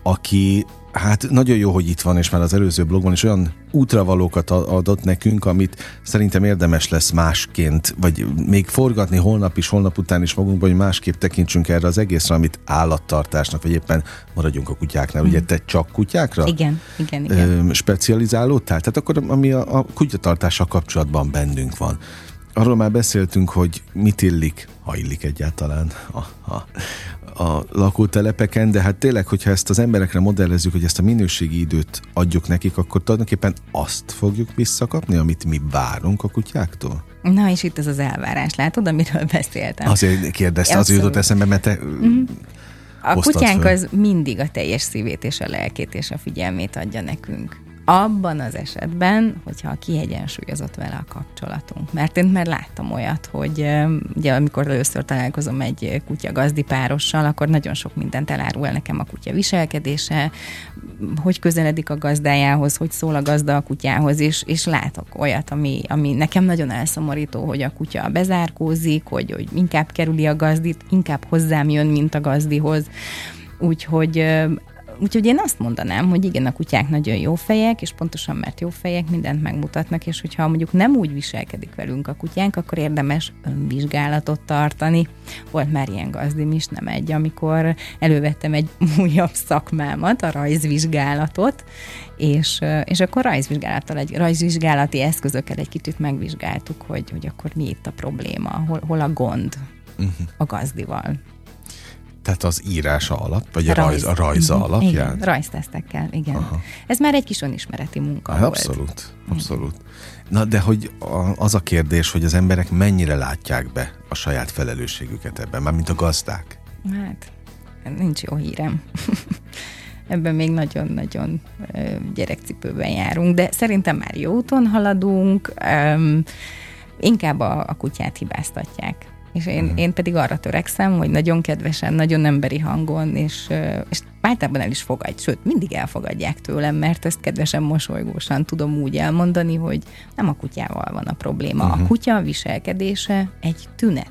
S2: aki hát nagyon jó, hogy itt van, és már az előző blogban is olyan útravalókat adott nekünk, amit szerintem érdemes lesz másként, vagy még forgatni holnap is, holnap után is magunkban, hogy másképp tekintsünk erre az egészre, amit állattartásnak, vagy éppen maradjunk a kutyáknál. Mm. Ugye te csak kutyákra?
S3: Igen, igen, igen.
S2: Ö, specializálódtál? Tehát akkor ami a, a kutyatartással kapcsolatban bennünk van. Arról már beszéltünk, hogy mit illik, ha illik egyáltalán a, a, a lakótelepeken, de hát tényleg, hogyha ezt az emberekre modellezzük, hogy ezt a minőségi időt adjuk nekik, akkor tulajdonképpen azt fogjuk visszakapni, amit mi várunk a kutyáktól?
S3: Na, és itt ez az elvárás, látod, amiről beszéltem.
S2: Azért kérdezte, azért jutott eszembe, mert te mm-hmm.
S3: A kutyánk föl. Az mindig a teljes szívét és a lelkét és a figyelmét adja nekünk. Abban az esetben, hogyha kiegyensúlyozott vele a kapcsolatunk. Mert én már láttam olyat, hogy ugye amikor először találkozom egy kutya gazdi párossal, akkor nagyon sok mindent elárul nekem a kutya viselkedése, hogy közeledik a gazdájához, hogy szól a gazda a kutyához, és, és látok olyat, ami, ami nekem nagyon elszomorító, hogy a kutya bezárkózik, hogy, hogy inkább kerüli a gazdit, inkább hozzám jön, mint a gazdihoz. Úgyhogy Úgyhogy én azt mondanám, hogy igen, a kutyák nagyon jó fejek, és pontosan mert jó fejek mindent megmutatnak, és hogyha mondjuk nem úgy viselkedik velünk a kutyánk, akkor érdemes önvizsgálatot tartani. Volt már ilyen gazdim is, nem egy, amikor elővettem egy újabb szakmámat, a rajzvizsgálatot, és, és akkor rajzvizsgálattal, egy rajzvizsgálati eszközökkel egy kicsit megvizsgáltuk, hogy, hogy akkor mi itt a probléma, hol, hol a gond uh-huh. a gazdival.
S2: Tehát az írása alap, vagy a, rajz, a rajza uh-huh. alapján?
S3: Igen, rajztesztekkel, igen. Aha. Ez már egy kis önismereti munka
S2: hát,
S3: volt.
S2: Abszolút, abszolút. Na, de hogy a, az a kérdés, hogy az emberek mennyire látják be a saját felelősségüket ebben, mármint a gazdák?
S3: Hát, nincs jó hírem. Ebben még nagyon-nagyon gyerekcipőben járunk, de szerintem már jó úton haladunk, um, inkább a, a kutyát hibáztatják. És én, uh-huh. én pedig arra törekszem, hogy nagyon kedvesen, nagyon emberi hangon, és, és általában el is fogadj, sőt, mindig elfogadják tőlem, mert ezt kedvesen, mosolygósan tudom úgy elmondani, hogy nem a kutyával van a probléma. Uh-huh. A kutya viselkedése egy tünet.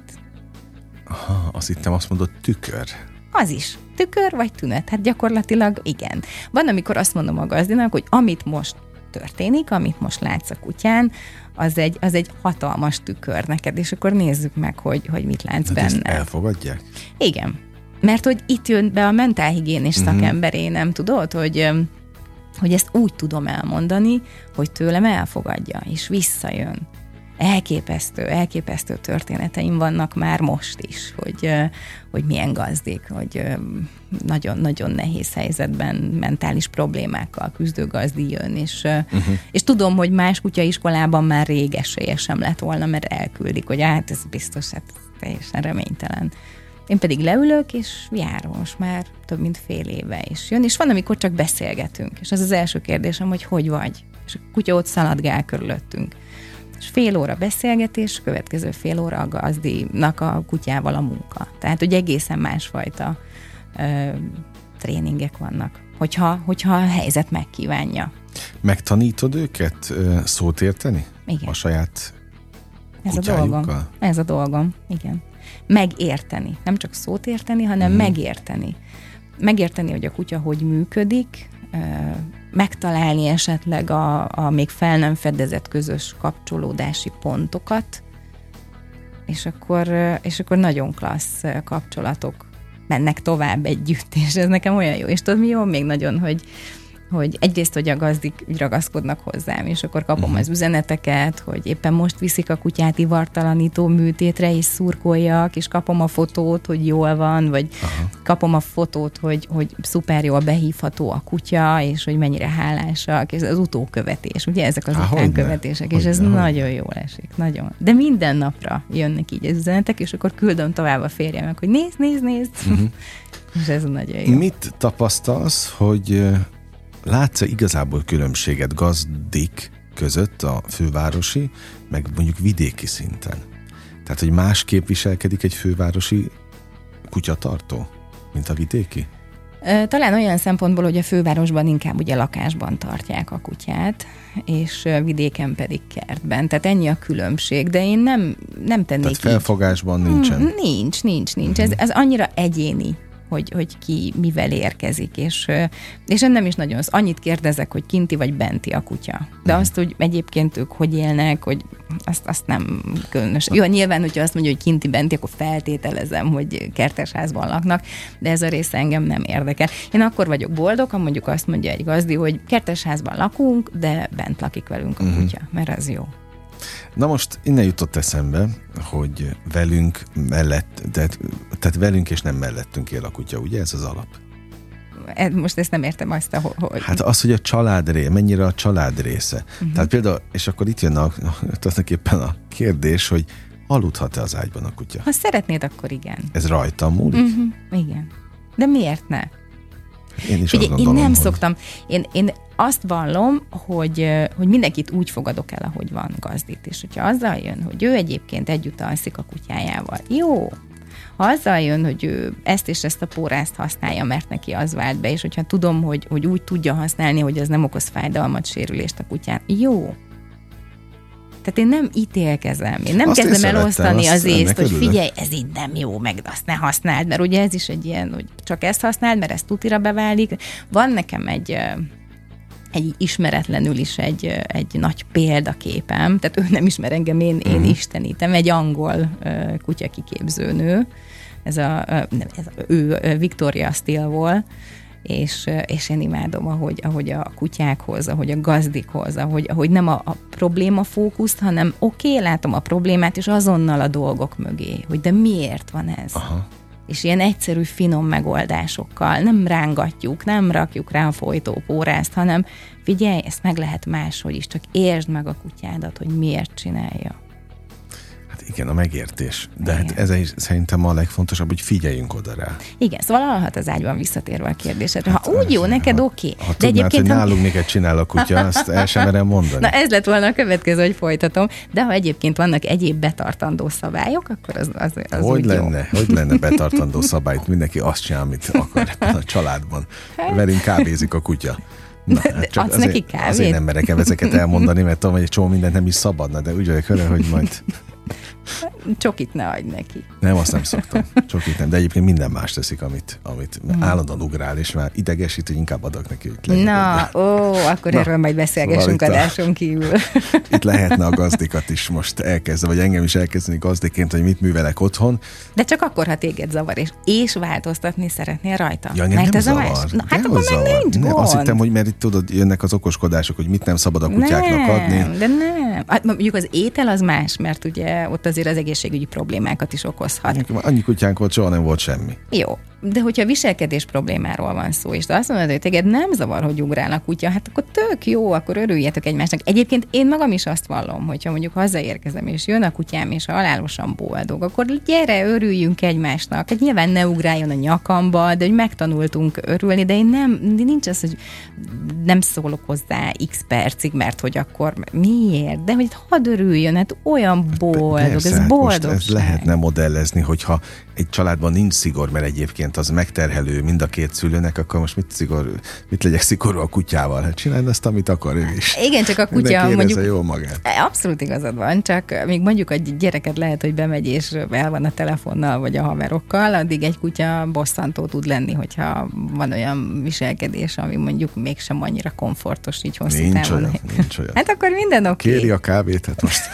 S2: Aha, azt hittem, azt mondod, tükör.
S3: Az is. Tükör vagy tünet? Hát gyakorlatilag igen. Van, amikor azt mondom a gazdinak, hogy amit most történik, amit most látsz a kutyán, az egy, az egy hatalmas tükör neked, és akkor nézzük meg, hogy, hogy mit látsz benne. Ezt
S2: elfogadják?
S3: Igen. Mert hogy itt jön be a mentálhigiénés uh-huh. szakemberé, nem tudod, hogy, hogy ezt úgy tudom elmondani, hogy tőlem elfogadja, és visszajön. Elképesztő, elképesztő történeteim vannak már most is, hogy, hogy milyen gazdik, hogy nagyon-nagyon nehéz helyzetben, mentális problémákkal küzdő gazdi jön, és, uh-huh. és tudom, hogy más kutyaiskolában már rég esélye sem lett volna, mert elküldik, hogy hát ez biztos, hát teljesen reménytelen. Én pedig leülök, és járom most már több mint fél éve is jön, és van, amikor csak beszélgetünk, és az az első kérdésem, hogy hogy vagy? És a kutya ott szaladgál körülöttünk. És fél óra beszélgetés, következő fél óra a gazdinak a kutyával a munka. Tehát, hogy egészen másfajta ö, tréningek vannak, hogyha, hogyha a helyzet megkívánja.
S2: Megtanítod őket ö, szót érteni?
S3: Igen.
S2: A saját
S3: Ez a
S2: kutyájukkal?
S3: dolgom. Ez a dolgom, igen. Megérteni. Nem csak szót érteni, hanem mm. megérteni. Megérteni, hogy a kutya hogy működik, megtalálni esetleg a, a még fel nem fedezett közös kapcsolódási pontokat, és akkor, és akkor nagyon klassz kapcsolatok mennek tovább együtt, és ez nekem olyan jó. És tudod, mi jó még nagyon, hogy hogy egyrészt, hogy a gazdik ragaszkodnak hozzám, és akkor kapom uh-huh. az üzeneteket, hogy éppen most viszik a kutyát ivartalanító műtétre, és szurkoljak, és kapom a fotót, hogy jól van, vagy uh-huh. kapom a fotót, hogy, hogy szuper jól behívható a kutya, és hogy mennyire hálásak, és az utókövetés, ugye ezek az Há, utánkövetések, és ez hogyne. Nagyon jól esik, nagyon. De minden napra jönnek így az üzenetek, és akkor küldöm tovább a férjemnek, hogy nézd, nézd, nézd, uh-huh. és ez nagyon jó.
S2: Mit tapasztalsz, hogy látsz-e igazából különbséget gazdik között a fővárosi, meg mondjuk vidéki szinten? Tehát, hogy másképp viselkedik egy fővárosi kutyatartó, mint a vidéki?
S3: Talán olyan szempontból, hogy a fővárosban inkább ugye lakásban tartják a kutyát, és vidéken pedig kertben. Tehát ennyi a különbség, de én nem, nem tennék
S2: Tehát felfogásban így. Nincsen?
S3: Hmm, nincs, nincs, nincs. Uh-huh. Ez, ez annyira egyéni. Hogy, hogy ki mivel érkezik, és, és nem is nagyon, annyit kérdezek, hogy kinti vagy benti a kutya. De azt, hogy egyébként ők hogy élnek, hogy azt, azt nem különös. Jó, nyilván, hogyha azt mondja, hogy kinti benti, akkor feltételezem, hogy kertesházban laknak, de ez a része engem nem érdekel. Én akkor vagyok boldog, ha mondjuk azt mondja egy gazdi, hogy kertesházban lakunk, de bent lakik velünk a uh-huh. kutya, mert az jó.
S2: Na most innen jutott eszembe, hogy velünk mellett, de, tehát velünk és nem mellettünk él a kutya, ugye? Ez az alap.
S3: Most ezt nem értem azt, hogy...
S2: Hát az, hogy a család része, mennyire a család része. Uh-huh. Tehát például, és akkor itt jön a, tulajdonképpen a kérdés, hogy aludhat-e az ágyban a kutya?
S3: Ha szeretnéd, akkor igen.
S2: Ez rajtam múlik?
S3: Uh-huh. Igen. De miért ne?
S2: Én is
S3: Ugye,
S2: azt gondolom,
S3: én nem
S2: hogy...
S3: szoktam, én, én azt vallom, hogy, hogy mindenkit úgy fogadok el, ahogy van gazdit. És hogyha azzal jön, hogy ő egyébként együtt alszik a kutyájával, jó. Ha azzal jön, hogy ő ezt és ezt a pórázt használja, mert neki az vált be, és hogyha tudom, hogy, hogy úgy tudja használni, hogy az nem okoz fájdalmat, sérülést a kutyán, jó. Tehát én nem ítélkezem, én nem azt kezdem elosztani az észt, hogy figyelj, ez így nem jó, meg azt ne használd, mert ugye ez is egy ilyen, hogy csak ezt használd, mert ez tutira beválik. Van nekem egy, egy ismeretlenül is egy, egy nagy példaképem, tehát ő nem ismer engem, én, én uh-huh. istenítem, egy angol kutyakiképzőnő, ez a, nem, ez a ő Victoria Stilwell, És, és én imádom, ahogy, ahogy a kutyákhoz, ahogy a gazdikhoz, ahogy, ahogy nem a, a probléma fókuszt, hanem oké, okay, látom a problémát, és azonnal a dolgok mögé, hogy de miért van ez? Aha. És ilyen egyszerű, finom megoldásokkal nem rángatjuk, nem rakjuk rá a folytópórázt, hanem figyelj, ezt meg lehet máshogy is, csak értsd meg a kutyádat, hogy miért csinálja.
S2: Igen, a megértés. De hát ez is szerintem a legfontosabb, hogy figyeljünk oda rá.
S3: Igen, szóval alhat az ágyban visszatérve a kérdésedre. Ha hát, úgy jó, neked oké.
S2: Okay. Ha de tudnád, hogy ha... nálunk miket csinál a kutya, azt el sem merem mondani.
S3: Na ez lett volna a következő, hogy folytatom. De ha egyébként vannak egyéb betartandó szabályok, akkor az, az, az
S2: hogy
S3: úgy
S2: lenne,
S3: jó.
S2: Hogy lenne betartandó szabályt? Mindenki azt csinál, amit akar ebben a családban. Velünk kávézik a kutya. Na,
S3: hát csak azért, neki kávét?
S2: Azért nem merek ezeket elmondani, mert tudom, hogy egy csomó mindent nem is szabadna, de úgy vagyok vele, hogy majd...
S3: Csokit ne adj neki.
S2: Nem, azt nem szoktam. Csokit nem, de egyébként minden más teszik, amit, amit mm. állandóan ugrál, és már idegesít, hogy inkább adok neki.
S3: Na, ó, akkor Na, erről majd beszélgessünk szóval adáson kívül.
S2: Itt lehetne a gazdikat is most elkezdeni, vagy engem is elkezdeni gazdiként, hogy mit művelek otthon.
S3: De csak akkor, ha téged zavar, és, és változtatni szeretnél rajta.
S2: Ja, mert
S3: nem
S2: ez
S3: zavar.
S2: A más?
S3: Na, hát akkor
S2: zavar.
S3: meg nincs
S2: ne,
S3: gond.
S2: Azt hittem, hogy mert itt tudod, jönnek az okoskodások, hogy mit nem szabad a kutyáknak
S3: nem,
S2: adni.
S3: De nem. Hát, mondjuk az étel az más, mert ugye ott azért az egészségügyi problémákat is okozhat.
S2: Annyi kutyánk volt, soha nem volt semmi.
S3: Jó, de hogyha viselkedés problémáról van szó, és azt mondod, hogy téged nem zavar, hogy ugrál a kutya, hát akkor tök jó, akkor örüljetek egymásnak. Egyébként én magam is azt vallom, hogyha mondjuk hazaérkezem, és jön a kutyám, és halálosan boldog, akkor gyere, örüljünk egymásnak. Hát nyilván ne ugráljon a nyakamba, de hogy megtanultunk örülni, de én nem, nincs az, hogy nem szólok hozzá x percig, mert hogy akkor miért? De hogy hadd örüljön, hát olyan boldog,
S2: persze,
S3: ez
S2: hát
S3: boldogság.
S2: Most ez lehetne modellezni, hogyha egy családban nincs szigor, mert egyébként az megterhelő mind a két szülőnek, akkor most mit, szigor, mit legyek szigorú a kutyával? Hát csináld azt, amit akar ő is.
S3: Igen, csak a kutya mondjuk...
S2: jól magát.
S3: Abszolút igazad van, csak még mondjuk a gyereket lehet, hogy bemegy és el van a telefonnal vagy a haverokkal, addig egy kutya bosszantó tud lenni, hogyha van olyan viselkedés, ami mondjuk mégsem annyira komfortos így hosszú
S2: nincs
S3: távon.
S2: Olyan, nincs olyan.
S3: Hát akkor minden oké.
S2: Kéri a kávét, hát most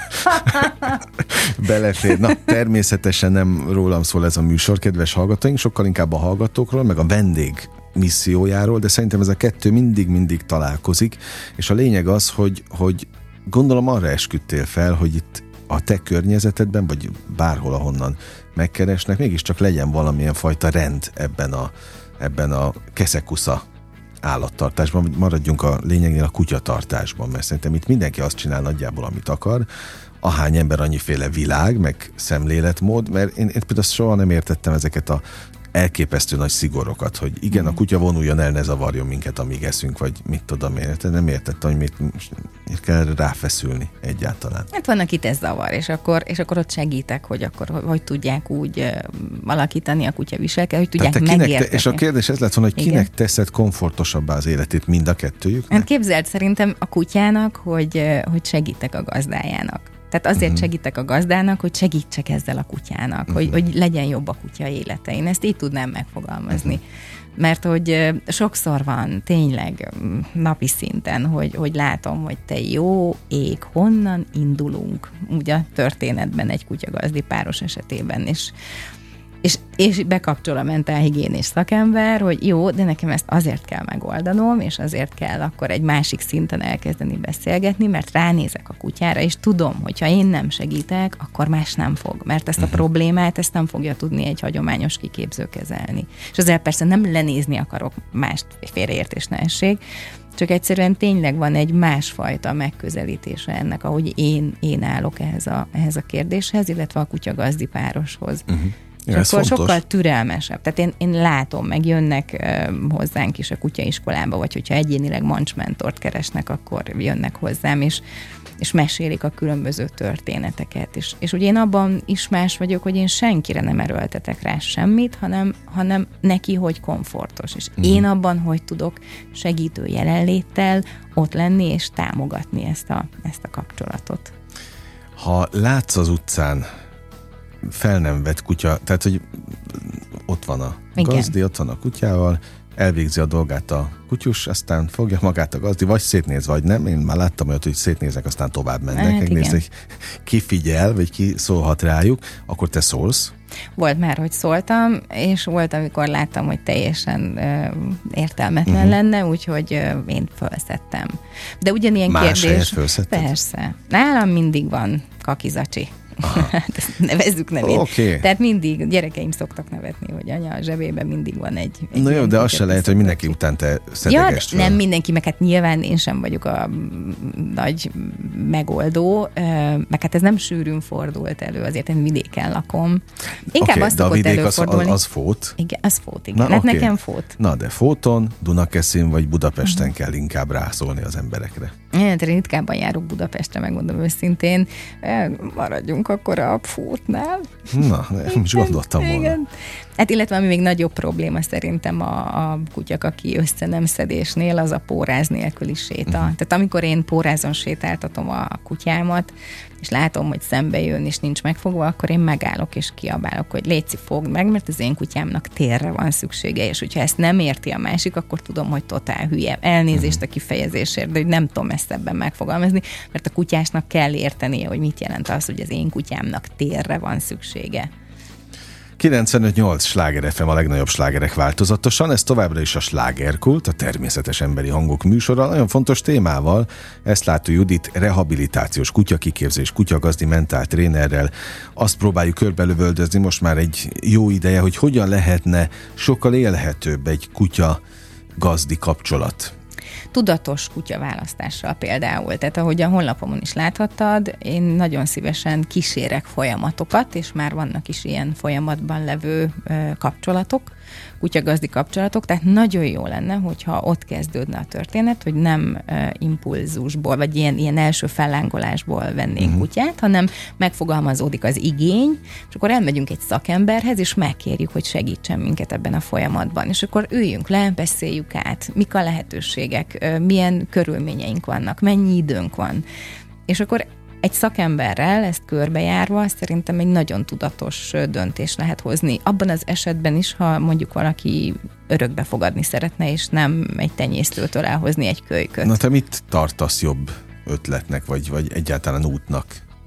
S2: belefér. Na, természetesen nem rólam szól ez a műsor, kedves hallgatóink, sokkal inkább a hallgatókról, meg a vendég missziójáról, de szerintem ez a kettő mindig-mindig találkozik, és a lényeg az, hogy, hogy gondolom arra esküdtél fel, hogy itt a te környezetedben, vagy bárhol, ahonnan megkeresnek, mégiscsak legyen valamilyen fajta rend ebben a, ebben a keszekusza állattartásban, vagy maradjunk a lényegnél a kutyatartásban, mert szerintem itt mindenki azt csinál nagyjából, amit akar, ahány ember, annyiféle világ, meg szemléletmód, mert én, én például soha nem értettem ezeket a elképesztő nagy szigorokat, hogy igen, a kutya vonuljon el, ne zavarjon minket, amíg eszünk, vagy mit tudom én. Nem értettem, hogy mit, mit kell ráfeszülni egyáltalán.
S3: Hát van, akit ez zavar, és akkor, és akkor ott segítek, hogy akkor hogy, hogy tudják úgy uh, alakítani a kutya viselkedést, hogy tudják megérteni.
S2: Te, és a kérdés ez lett volna, hogy igen? Kinek teszed komfortosabbá az életét, mind a kettőjüknek?
S3: Hát képzeld szerintem a kutyának, hogy, hogy segítek a gazdájának. Tehát azért uh-huh. segítek a gazdának, hogy segítsek ezzel a kutyának, uh-huh. hogy, hogy legyen jobb a kutya élete. Én ezt így tudnám megfogalmazni. Uh-huh. Mert hogy sokszor van tényleg napi szinten, hogy, hogy látom, hogy te jó ég, honnan indulunk, ugye a történetben egy kutyagazdi páros esetében, és És, és bekapcsol a mentálhigiénés szakember, hogy jó, de nekem ezt azért kell megoldanom, és azért kell akkor egy másik szinten elkezdeni beszélgetni, mert ránézek a kutyára, és tudom, hogyha én nem segítek, akkor más nem fog, mert ezt a uh-huh. problémát, ezt nem fogja tudni egy hagyományos kiképző kezelni. És azért persze nem lenézni akarok mást, félreértés ne essék, csak egyszerűen tényleg van egy másfajta megközelítése ennek, ahogy én, én állok ehhez a, ehhez a kérdéshez, illetve a kutyagazdi pároshoz. Uh-huh. És ja, akkor sokkal türelmesebb. Tehát én, én látom, meg jönnek uh, hozzánk is a kutyaiskolába, vagy hogyha egyénileg mancsmentort keresnek, akkor jönnek hozzám, és, és mesélik a különböző történeteket. És, és ugye én abban is más vagyok, hogy én senkire nem erőltetek rá semmit, hanem, hanem neki, hogy komfortos. És uh-huh. én abban, hogy tudok segítő jelenléttel ott lenni, és támogatni ezt a, ezt a kapcsolatot.
S2: Ha látsz az utcán fel nem vett kutya, tehát, hogy ott van a igen. gazdi, ott van a kutyával, elvégzi a dolgát a kutyus, aztán fogja magát a gazdi, vagy szétnéz, vagy nem. Én már láttam olyat, hogy szétnéznek, aztán tovább mennek, hát megnézni, ki figyel, vagy ki szólhat rájuk, akkor te szólsz. Volt
S3: már, hogy szóltam, és volt, amikor láttam, hogy teljesen ö, értelmetlen uh-huh. lenne, úgyhogy ö, én felszettem. De ugyanilyen
S2: más
S3: kérdés...
S2: helyet felszetted?
S3: Persze. Nálam mindig van kakizacsi. Nevezzük nevét.
S2: Okay.
S3: Tehát mindig, gyerekeim szoktak nevetni, hogy anya a zsebében mindig van egy... egy
S2: Na jó, de az se lehet, hogy mindenki után te szedegesd
S3: ja, nem mindenki, meg hát nyilván én sem vagyok a nagy megoldó, meg hát ez nem sűrűn fordult elő, azért én vidéken lakom. Inkább okay, azt szokott előfordulni.
S2: Az, az fót?
S3: Igen, az fót, igen. Na, hát okay. Nekem fót.
S2: Na, de Fóton, Dunakeszin vagy Budapesten uh-huh. kell inkább rászólni az emberekre.
S3: Én ritkábban járok Budapestre, megmondom őszintén. Maradjunk akkor a Fótnál.
S2: Na, nem is gondoltam volna. Igen.
S3: Hát illetve ami még nagyobb probléma szerintem a, a kutyak, aki összenemszedésnél, az a póráz nélküli séta. Uh-huh. Tehát amikor én pórázon sétáltatom a kutyámat, és látom, hogy szembe jön, és nincs megfogva, akkor én megállok, és kiabálok, hogy léci, fogd meg, mert az én kutyámnak térre van szüksége, és hogyha ezt nem érti a másik, akkor tudom, hogy totál hülye. Elnézést a kifejezésért, de hogy nem tudom ezt ebben megfogalmazni, mert a kutyásnak kell értenie, hogy mit jelent az, hogy az én kutyámnak térre van szüksége.
S2: kilencvenöt nyolc Sláger ef em, a legnagyobb slágerek változatosan, ez továbbra is a Slágerkult, a természetes emberi hangok műsora, nagyon fontos témával. Ezt látó Judit rehabilitációs kutyakiképzés, kutyagazdi mentál trénerrel. Azt próbáljuk körbelövöldözni most már egy jó ideje, hogy hogyan lehetne sokkal élhetőbb egy kutya-gazdi kapcsolat.
S3: Tudatos kutyaválasztással például. Tehát ahogy a honlapomon is láthattad, én nagyon szívesen kísérek folyamatokat, és már vannak is ilyen folyamatban levő ö, kapcsolatok, kutyagazdi kapcsolatok, tehát nagyon jó lenne, hogyha ott kezdődne a történet, hogy nem uh, impulzusból, vagy ilyen, ilyen első fellángolásból vennénk uh-huh. kutyát, hanem megfogalmazódik az igény, és akkor elmegyünk egy szakemberhez, és megkérjük, hogy segítsen minket ebben a folyamatban. És akkor üljünk le, beszéljük át, mik a lehetőségek, uh, milyen körülményeink vannak, mennyi időnk van. És akkor egy szakemberrel ezt körbejárva szerintem egy nagyon tudatos döntést lehet hozni. Abban az esetben is, ha mondjuk valaki örökbe fogadni szeretne, és nem egy tenyésztőtől elhozni egy kölyköt.
S2: Na te mit tartasz jobb ötletnek, vagy, vagy egyáltalán útnak?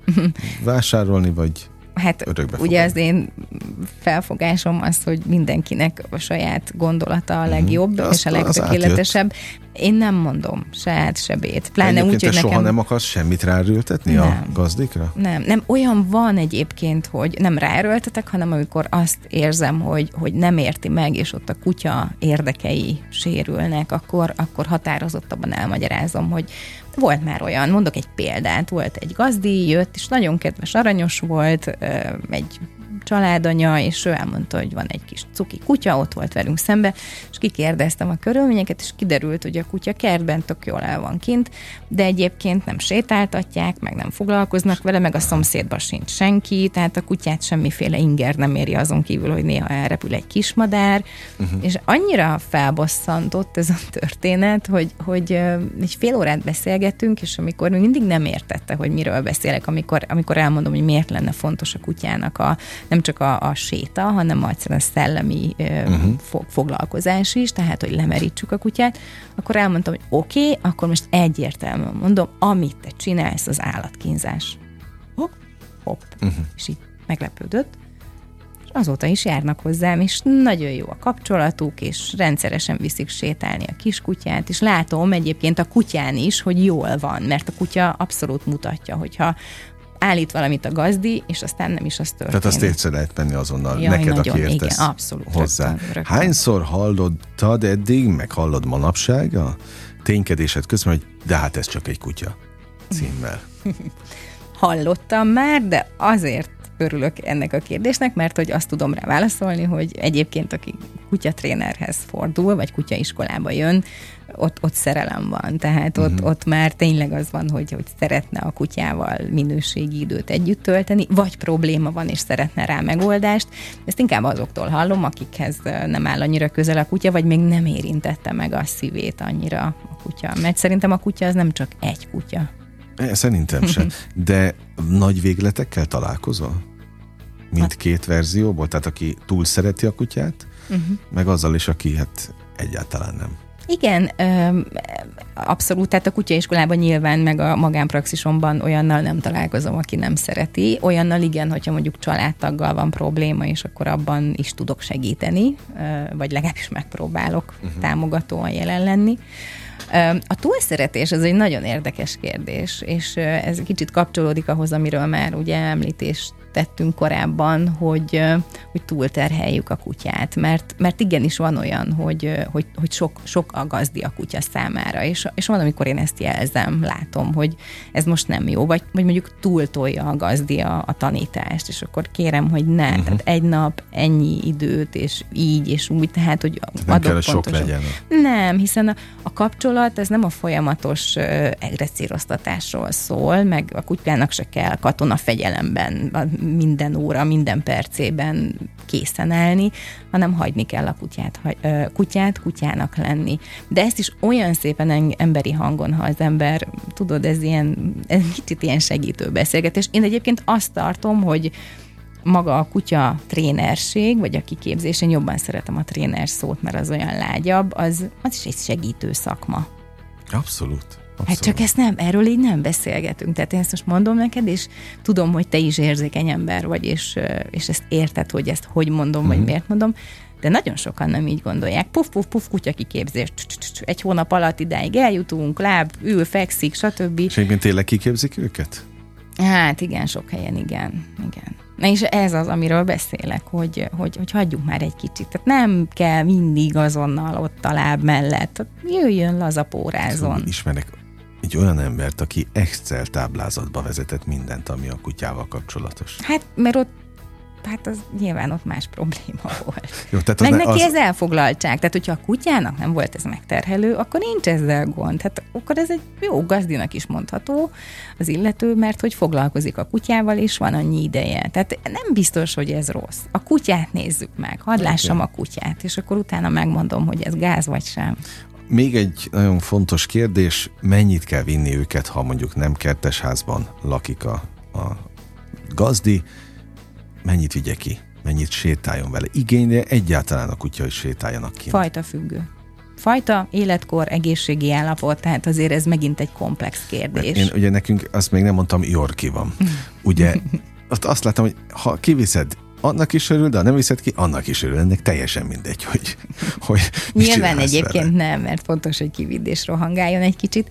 S2: Vásárolni, vagy
S3: hát
S2: örökbe fogadni?
S3: Ugye az én felfogásom az, hogy mindenkinek a saját gondolata a legjobb, uh-huh. és a legtökéletesebb. Én nem mondom se át, se bét. Pláne úgy, hogy
S2: te
S3: nekem...
S2: soha nem akarsz semmit ráerőltetni nem. a gazdikra?
S3: Nem, nem. Olyan van egyébként, hogy nem ráerőltetek, hanem amikor azt érzem, hogy, hogy nem érti meg, és ott a kutya érdekei sérülnek, akkor, akkor határozottabban elmagyarázom, hogy volt már olyan, mondok egy példát, volt egy gazdi, jött, és nagyon kedves, aranyos volt, egy családanya, és ő elmondta, hogy van egy kis cuki kutya, ott volt velünk szembe, és kikérdeztem a körülményeket, és kiderült, hogy a kutya kertben tök jól el van kint, de egyébként nem sétáltatják, meg nem foglalkoznak vele, meg a szomszédban sincs senki, tehát a kutyát semmiféle inger nem éri azon kívül, hogy néha elrepül egy kismadár, uh-huh. és annyira felbosszantott ez a történet, hogy, hogy egy fél órát beszélgettünk, és amikor még mindig nem értette, hogy miről beszélek, amikor, amikor elmondom, hogy miért lenne fontos a kutyának a nem csak a, a séta, hanem egyszerűen a szellemi uh-huh. fog, foglalkozás is, tehát, hogy lemerítsük a kutyát, akkor elmondtam, hogy oké, okay, akkor most egyértelműen mondom, amit te csinálsz, az állatkínzás. Hopp, hopp. Uh-huh. És így meglepődött. És azóta is járnak hozzám, és nagyon jó a kapcsolatuk, és rendszeresen viszik sétálni a kiskutyát, és látom egyébként a kutyán is, hogy jól van, mert a kutya abszolút mutatja, hogyha állít valamit a gazdi, és aztán nem is az történik.
S2: Tehát azt észre lehet menni azonnal,
S3: Jaj,
S2: neked,
S3: nagyon,
S2: aki értesz
S3: igen, abszolút,
S2: hozzá.
S3: Rögtön, rögtön.
S2: Hányszor hallottad eddig, meg hallod manapság a ténykedésed közben, hogy de hát ez csak egy kutya címmel?
S3: Hallottam már, de azért örülök ennek a kérdésnek, mert hogy azt tudom rá válaszolni, hogy egyébként aki kutyatrénerhez fordul, vagy kutyaiskolába jön, ott, ott szerelem van. Tehát ott, uh-huh. ott már tényleg az van, hogy, hogy szeretne a kutyával minőségi időt együtt tölteni, vagy probléma van, és szeretne rá megoldást. Ezt inkább azoktól hallom, akikhez nem áll annyira közel a kutya, vagy még nem érintette meg a szívét annyira a kutya. Mert szerintem a kutya az nem csak egy kutya.
S2: Szerintem sem. De nagy végletekkel találkozol? Mindkét verzióból? Tehát aki túl szereti a kutyát, uh-huh. meg azzal is, aki hát egyáltalán nem.
S3: Igen, abszolút, tehát a kutyaiskolában nyilván, meg a magánpraxisomban olyannal nem találkozom, aki nem szereti. Olyannal igen, hogyha mondjuk családtaggal van probléma, és akkor abban is tudok segíteni, vagy legalábbis megpróbálok uh-huh. támogatóan jelen lenni. A túlszeretés az egy nagyon érdekes kérdés, és ez kicsit kapcsolódik ahhoz, amiről már ugye említést tettünk korábban, hogy, hogy túlterheljük a kutyát, mert, mert igenis van olyan, hogy, hogy, hogy sok, sok a gazdi a kutya számára, és, és van, amikor én ezt jelzem, látom, hogy ez most nem jó, vagy, vagy mondjuk túltolja a gazdi a, a tanítást, és akkor kérem, hogy ne, uh-huh. tehát egy nap ennyi időt, és így, és úgy, tehát, hogy
S2: tehát nem kell, sok legyen.
S3: Nem, hiszen a, a kapcsolat, ez nem a folyamatos uh, egresszíroztatásról szól, meg a kutyának se kell katona fegyelemben minden óra, minden percében készen állni, hanem hagyni kell a kutyát, kutyát kutyának lenni. De ezt is olyan szépen emberi hangon, ha az ember, tudod, ez ilyen, ez kicsit ilyen segítő beszélgetés. Én egyébként azt tartom, hogy maga a kutya trénerség, vagy a kiképzés, én jobban szeretem a tréner szót, mert az olyan lágyabb, az, az is egy segítő szakma.
S2: Abszolút. Abszolút.
S3: Hát csak ezt nem, erről így nem beszélgetünk. Tehát én ezt most mondom neked, és tudom, hogy te is érzékeny ember vagy, és, és ezt érted, hogy ezt hogy mondom, uh-huh. vagy miért mondom, de nagyon sokan nem így gondolják. Puf, puf, puf, kutyakiképzés. Egy hónap alatt idáig eljutunk, láb, ül, fekszik, stb.
S2: És egyébként tényleg kiképzik őket?
S3: Hát igen, sok helyen igen. igen. Na és ez az, amiről beszélek, hogy, hogy, hogy hagyjuk már egy kicsit. Tehát nem kell mindig azonnal ott a láb mellett. Jöjjön lazapórázon.
S2: Szóval ismerek egy olyan embert, aki Excel táblázatba vezetett mindent, ami a kutyával kapcsolatos.
S3: Hát, mert ott hát az nyilván ott más probléma volt.
S2: Jó, tehát
S3: meg
S2: az
S3: neki
S2: az...
S3: ez elfoglaltság. Tehát, hogyha a kutyának nem volt ez megterhelő, akkor nincs ezzel gond. Hát akkor ez egy jó gazdinak is mondható az illető, mert hogy foglalkozik a kutyával, és van annyi ideje. Tehát nem biztos, hogy ez rossz. A kutyát nézzük meg, hadd lássam a kutyát, és akkor utána megmondom, hogy ez gáz vagy sem.
S2: Még egy nagyon fontos kérdés, mennyit kell vinni őket, ha mondjuk nem kertesházban lakik a, a gazdi, mennyit vigye ki, mennyit sétáljon vele. Igénye egyáltalán a kutya, hogy sétáljanak ki.
S3: Fajta függő. Fajta, életkor, egészségi állapot, tehát azért ez megint egy komplex kérdés.
S2: Én ugye nekünk, azt még nem mondtam, Yorkie van. Ugye azt, azt látom, hogy ha kiviszed, annak is örül, de ha nem viszed ki, annak is örül. Ennek teljesen mindegy, hogy, hogy
S3: nyilván egyébként vele. Nem, mert fontos, hogy kividd és rohangáljon egy kicsit.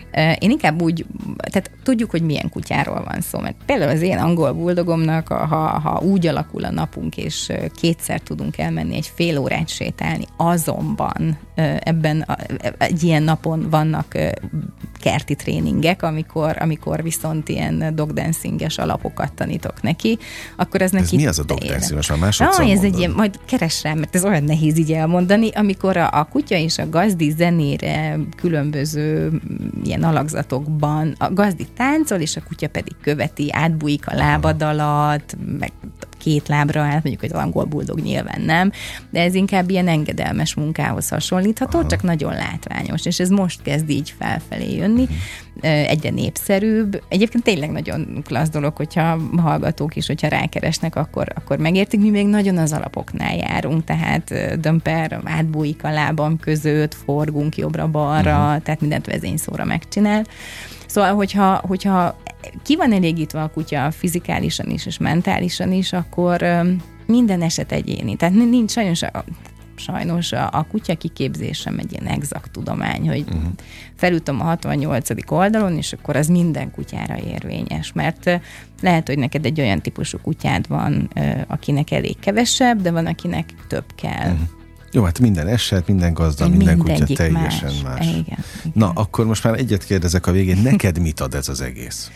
S3: Én inkább úgy, tehát tudjuk, hogy milyen kutyáról van szó, mert például az én angol buldogomnak, ha, ha úgy alakul a napunk, és kétszer tudunk elmenni egy fél órát sétálni, azonban ebben a, egy ilyen napon vannak kerti tréningek, amikor, amikor viszont ilyen dogdancinges alapokat tanítok neki, akkor ez neki...
S2: Ez mi az a dogdancing? Most már másodszor
S3: no, ez
S2: mondod.
S3: egy ilyen, majd keres rá, mert ez olyan nehéz így elmondani, amikor a, a kutya és a gazdi zenére különböző ilyen alakzatokban a gazdi táncol, és a kutya pedig követi, átbújik a lábad alatt, meg két lábra állt, mondjuk, hogy az angol buldog nyilván nem, de ez inkább ilyen engedelmes munkához hasonlítható, aha. csak nagyon látványos, és ez most kezd így felfelé jönni, egyre népszerűbb. Egyébként tényleg nagyon klassz dolog, hogyha hallgatók is, hogyha rákeresnek, akkor, akkor megértik, mi még nagyon az alapoknál járunk, tehát dömper átbújik a lábam között, forgunk jobbra-balra, uh-huh. tehát mindent vezényszóra megcsinál. Szóval, hogyha, hogyha ki van elégítve a kutya fizikálisan is, és mentálisan is, akkor minden eset egyéni. Tehát nincs sajnos a, sajnos a, a kutya kiképzésem egy ilyen exakt tudomány, hogy uh-huh. felütöm a hatvannyolcadik oldalon, és akkor az minden kutyára érvényes, mert lehet, hogy neked egy olyan típusú kutyád van, akinek elég kevesebb, de van, akinek több kell. Uh-huh.
S2: Jó, hát minden eset, minden gazda, minden kutya teljesen más. más.
S3: Igen, igen.
S2: Na, akkor most már egyet kérdezek a végén, neked mit ad ez az egész?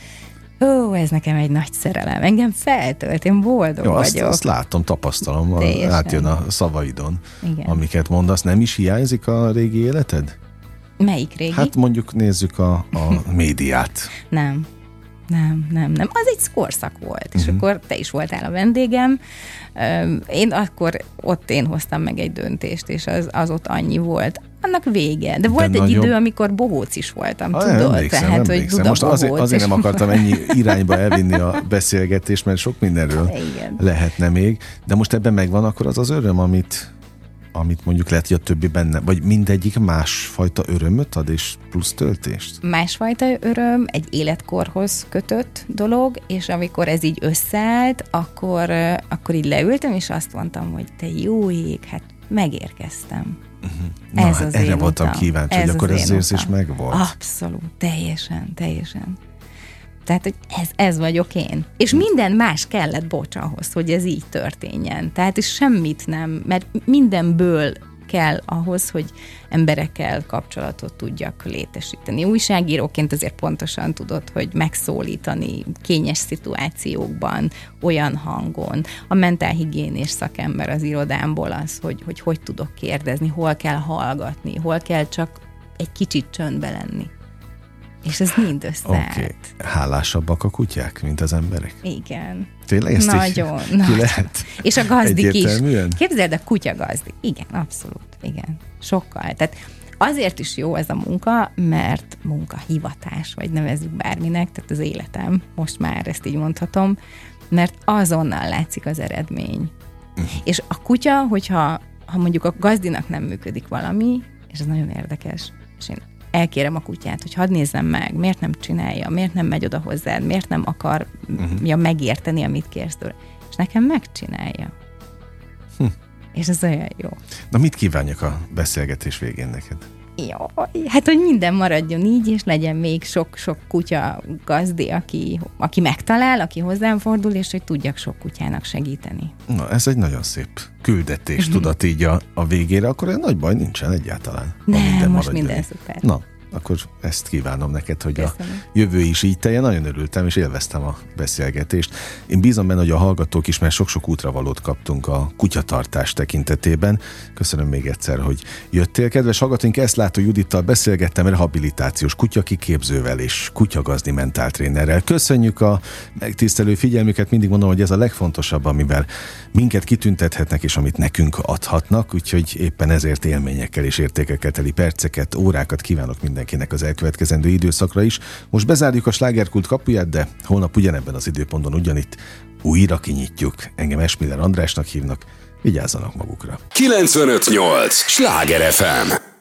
S3: Ó, ez nekem egy nagy szerelem. Engem feltölt, én boldog
S2: Jó, azt,
S3: vagyok.
S2: azt látom, tapasztalom,
S3: teljesen.
S2: Átjön a szavaidon,
S3: igen.
S2: amiket mondasz. Nem is hiányzik a régi életed?
S3: Melyik régi?
S2: Hát mondjuk nézzük a, a médiát.
S3: Nem. Nem, nem, nem. Az egy korszak volt, és uh-huh. akkor te is voltál a vendégem. Én akkor ott én hoztam meg egy döntést, és az, az ott annyi volt. Annak vége. De volt De egy nagyon... idő, amikor bohóc is voltam,
S2: ah,
S3: tudod?
S2: Emlékszem,
S3: Tehát,
S2: emlékszem.
S3: hogy
S2: Most azért, azért nem akartam ennyi irányba elvinni a beszélgetést, mert sok mindenről igen. lehetne még. De most ebben megvan akkor az az öröm, amit... amit mondjuk lehet, hogy a többi benne, vagy mindegyik másfajta örömöt ad, és plusz töltést? Másfajta
S3: öröm, egy életkorhoz kötött dolog, és amikor ez így összeállt, akkor, akkor így leültem, és azt mondtam, hogy te jó ég, hát megérkeztem.
S2: Uh-huh. Na, ez az erre voltam
S3: utam.
S2: kíváncsi, hogy akkor ez az érzés megvolt.
S3: Abszolút, teljesen, teljesen. Tehát, hogy ez, ez vagyok én. És minden más kellett, bocs, ahhoz, hogy ez így történjen. Tehát, és semmit nem, mert mindenből kell ahhoz, hogy emberekkel kapcsolatot tudjak létesíteni. Újságíróként azért pontosan tudod, hogy megszólítani kényes szituációkban, olyan hangon. A mentálhigiénés szakember az irodámból az, hogy, hogy hogy tudok kérdezni, hol kell hallgatni, hol kell csak egy kicsit csöndbe lenni. És ez mind összeállt.
S2: Oké. Okay. Hálásabbak a kutyák, mint az emberek?
S3: Igen.
S2: Tényleg ezt
S3: nagyon,
S2: is
S3: nagyon.
S2: ki lehet?
S3: És a gazdik is. Képzeld, a kutya gazdi. Igen, abszolút. Igen. Sokkal. Tehát azért is jó ez a munka, mert munkahivatás, vagy nevezzük bárminek, tehát az életem, most már ezt így mondhatom, mert azonnal látszik az eredmény. Uh-huh. És a kutya, hogyha ha mondjuk a gazdinak nem működik valami, és ez nagyon érdekes, és én elkérem a kutyát, hogy hadd nézzem meg, miért nem csinálja, miért nem megy oda hozzád, miért nem akarja uh-huh. megérteni, amit kérsz tőle. És nekem megcsinálja. Hm. És ez olyan jó.
S2: Na mit kívánjak a beszélgetés végén neked?
S3: Jaj, hát, hogy minden maradjon így, és legyen még sok-sok kutya gazdi, aki, aki megtalál, aki hozzám fordul, és hogy tudjak sok kutyának segíteni.
S2: Na, ez egy nagyon szép küldetés tudat így a, a végére, akkor olyan nagy baj nincsen egyáltalán.
S3: Nem, minden most minden így. Szuper.
S2: Na, akkor ezt kívánom neked, hogy Köszönöm. A jövő is így teljen. Nagyon örültem, és élveztem a beszélgetést. Én bízom benne, hogy a hallgatók is, mert sok-sok útravalót kaptunk a kutyatartás tekintetében. Köszönöm még egyszer, hogy jöttél. Kedves hallgatóink, ezt látó Judittal beszélgettem, rehabilitációs kutyakiképzővel és kutyagazdi mentáltrénerrel. Köszönjük a megtisztelő figyelmüket, mindig mondom, hogy ez a legfontosabb, amivel minket kitüntethetnek, és amit nekünk adhatnak, úgyhogy éppen ezért élményekkel és értékekkel teli perceket, órákat kívánok mindenkinek az elkövetkezendő időszakra is. Most bezárjuk a Slágerkult kapuját, de holnap ugyanebben az időpontban ugyanitt újra kinyitjuk. Engem Esmiller Andrásnak hívnak, vigyázzanak magukra.
S1: kilencvenöt nyolc Sláger ef em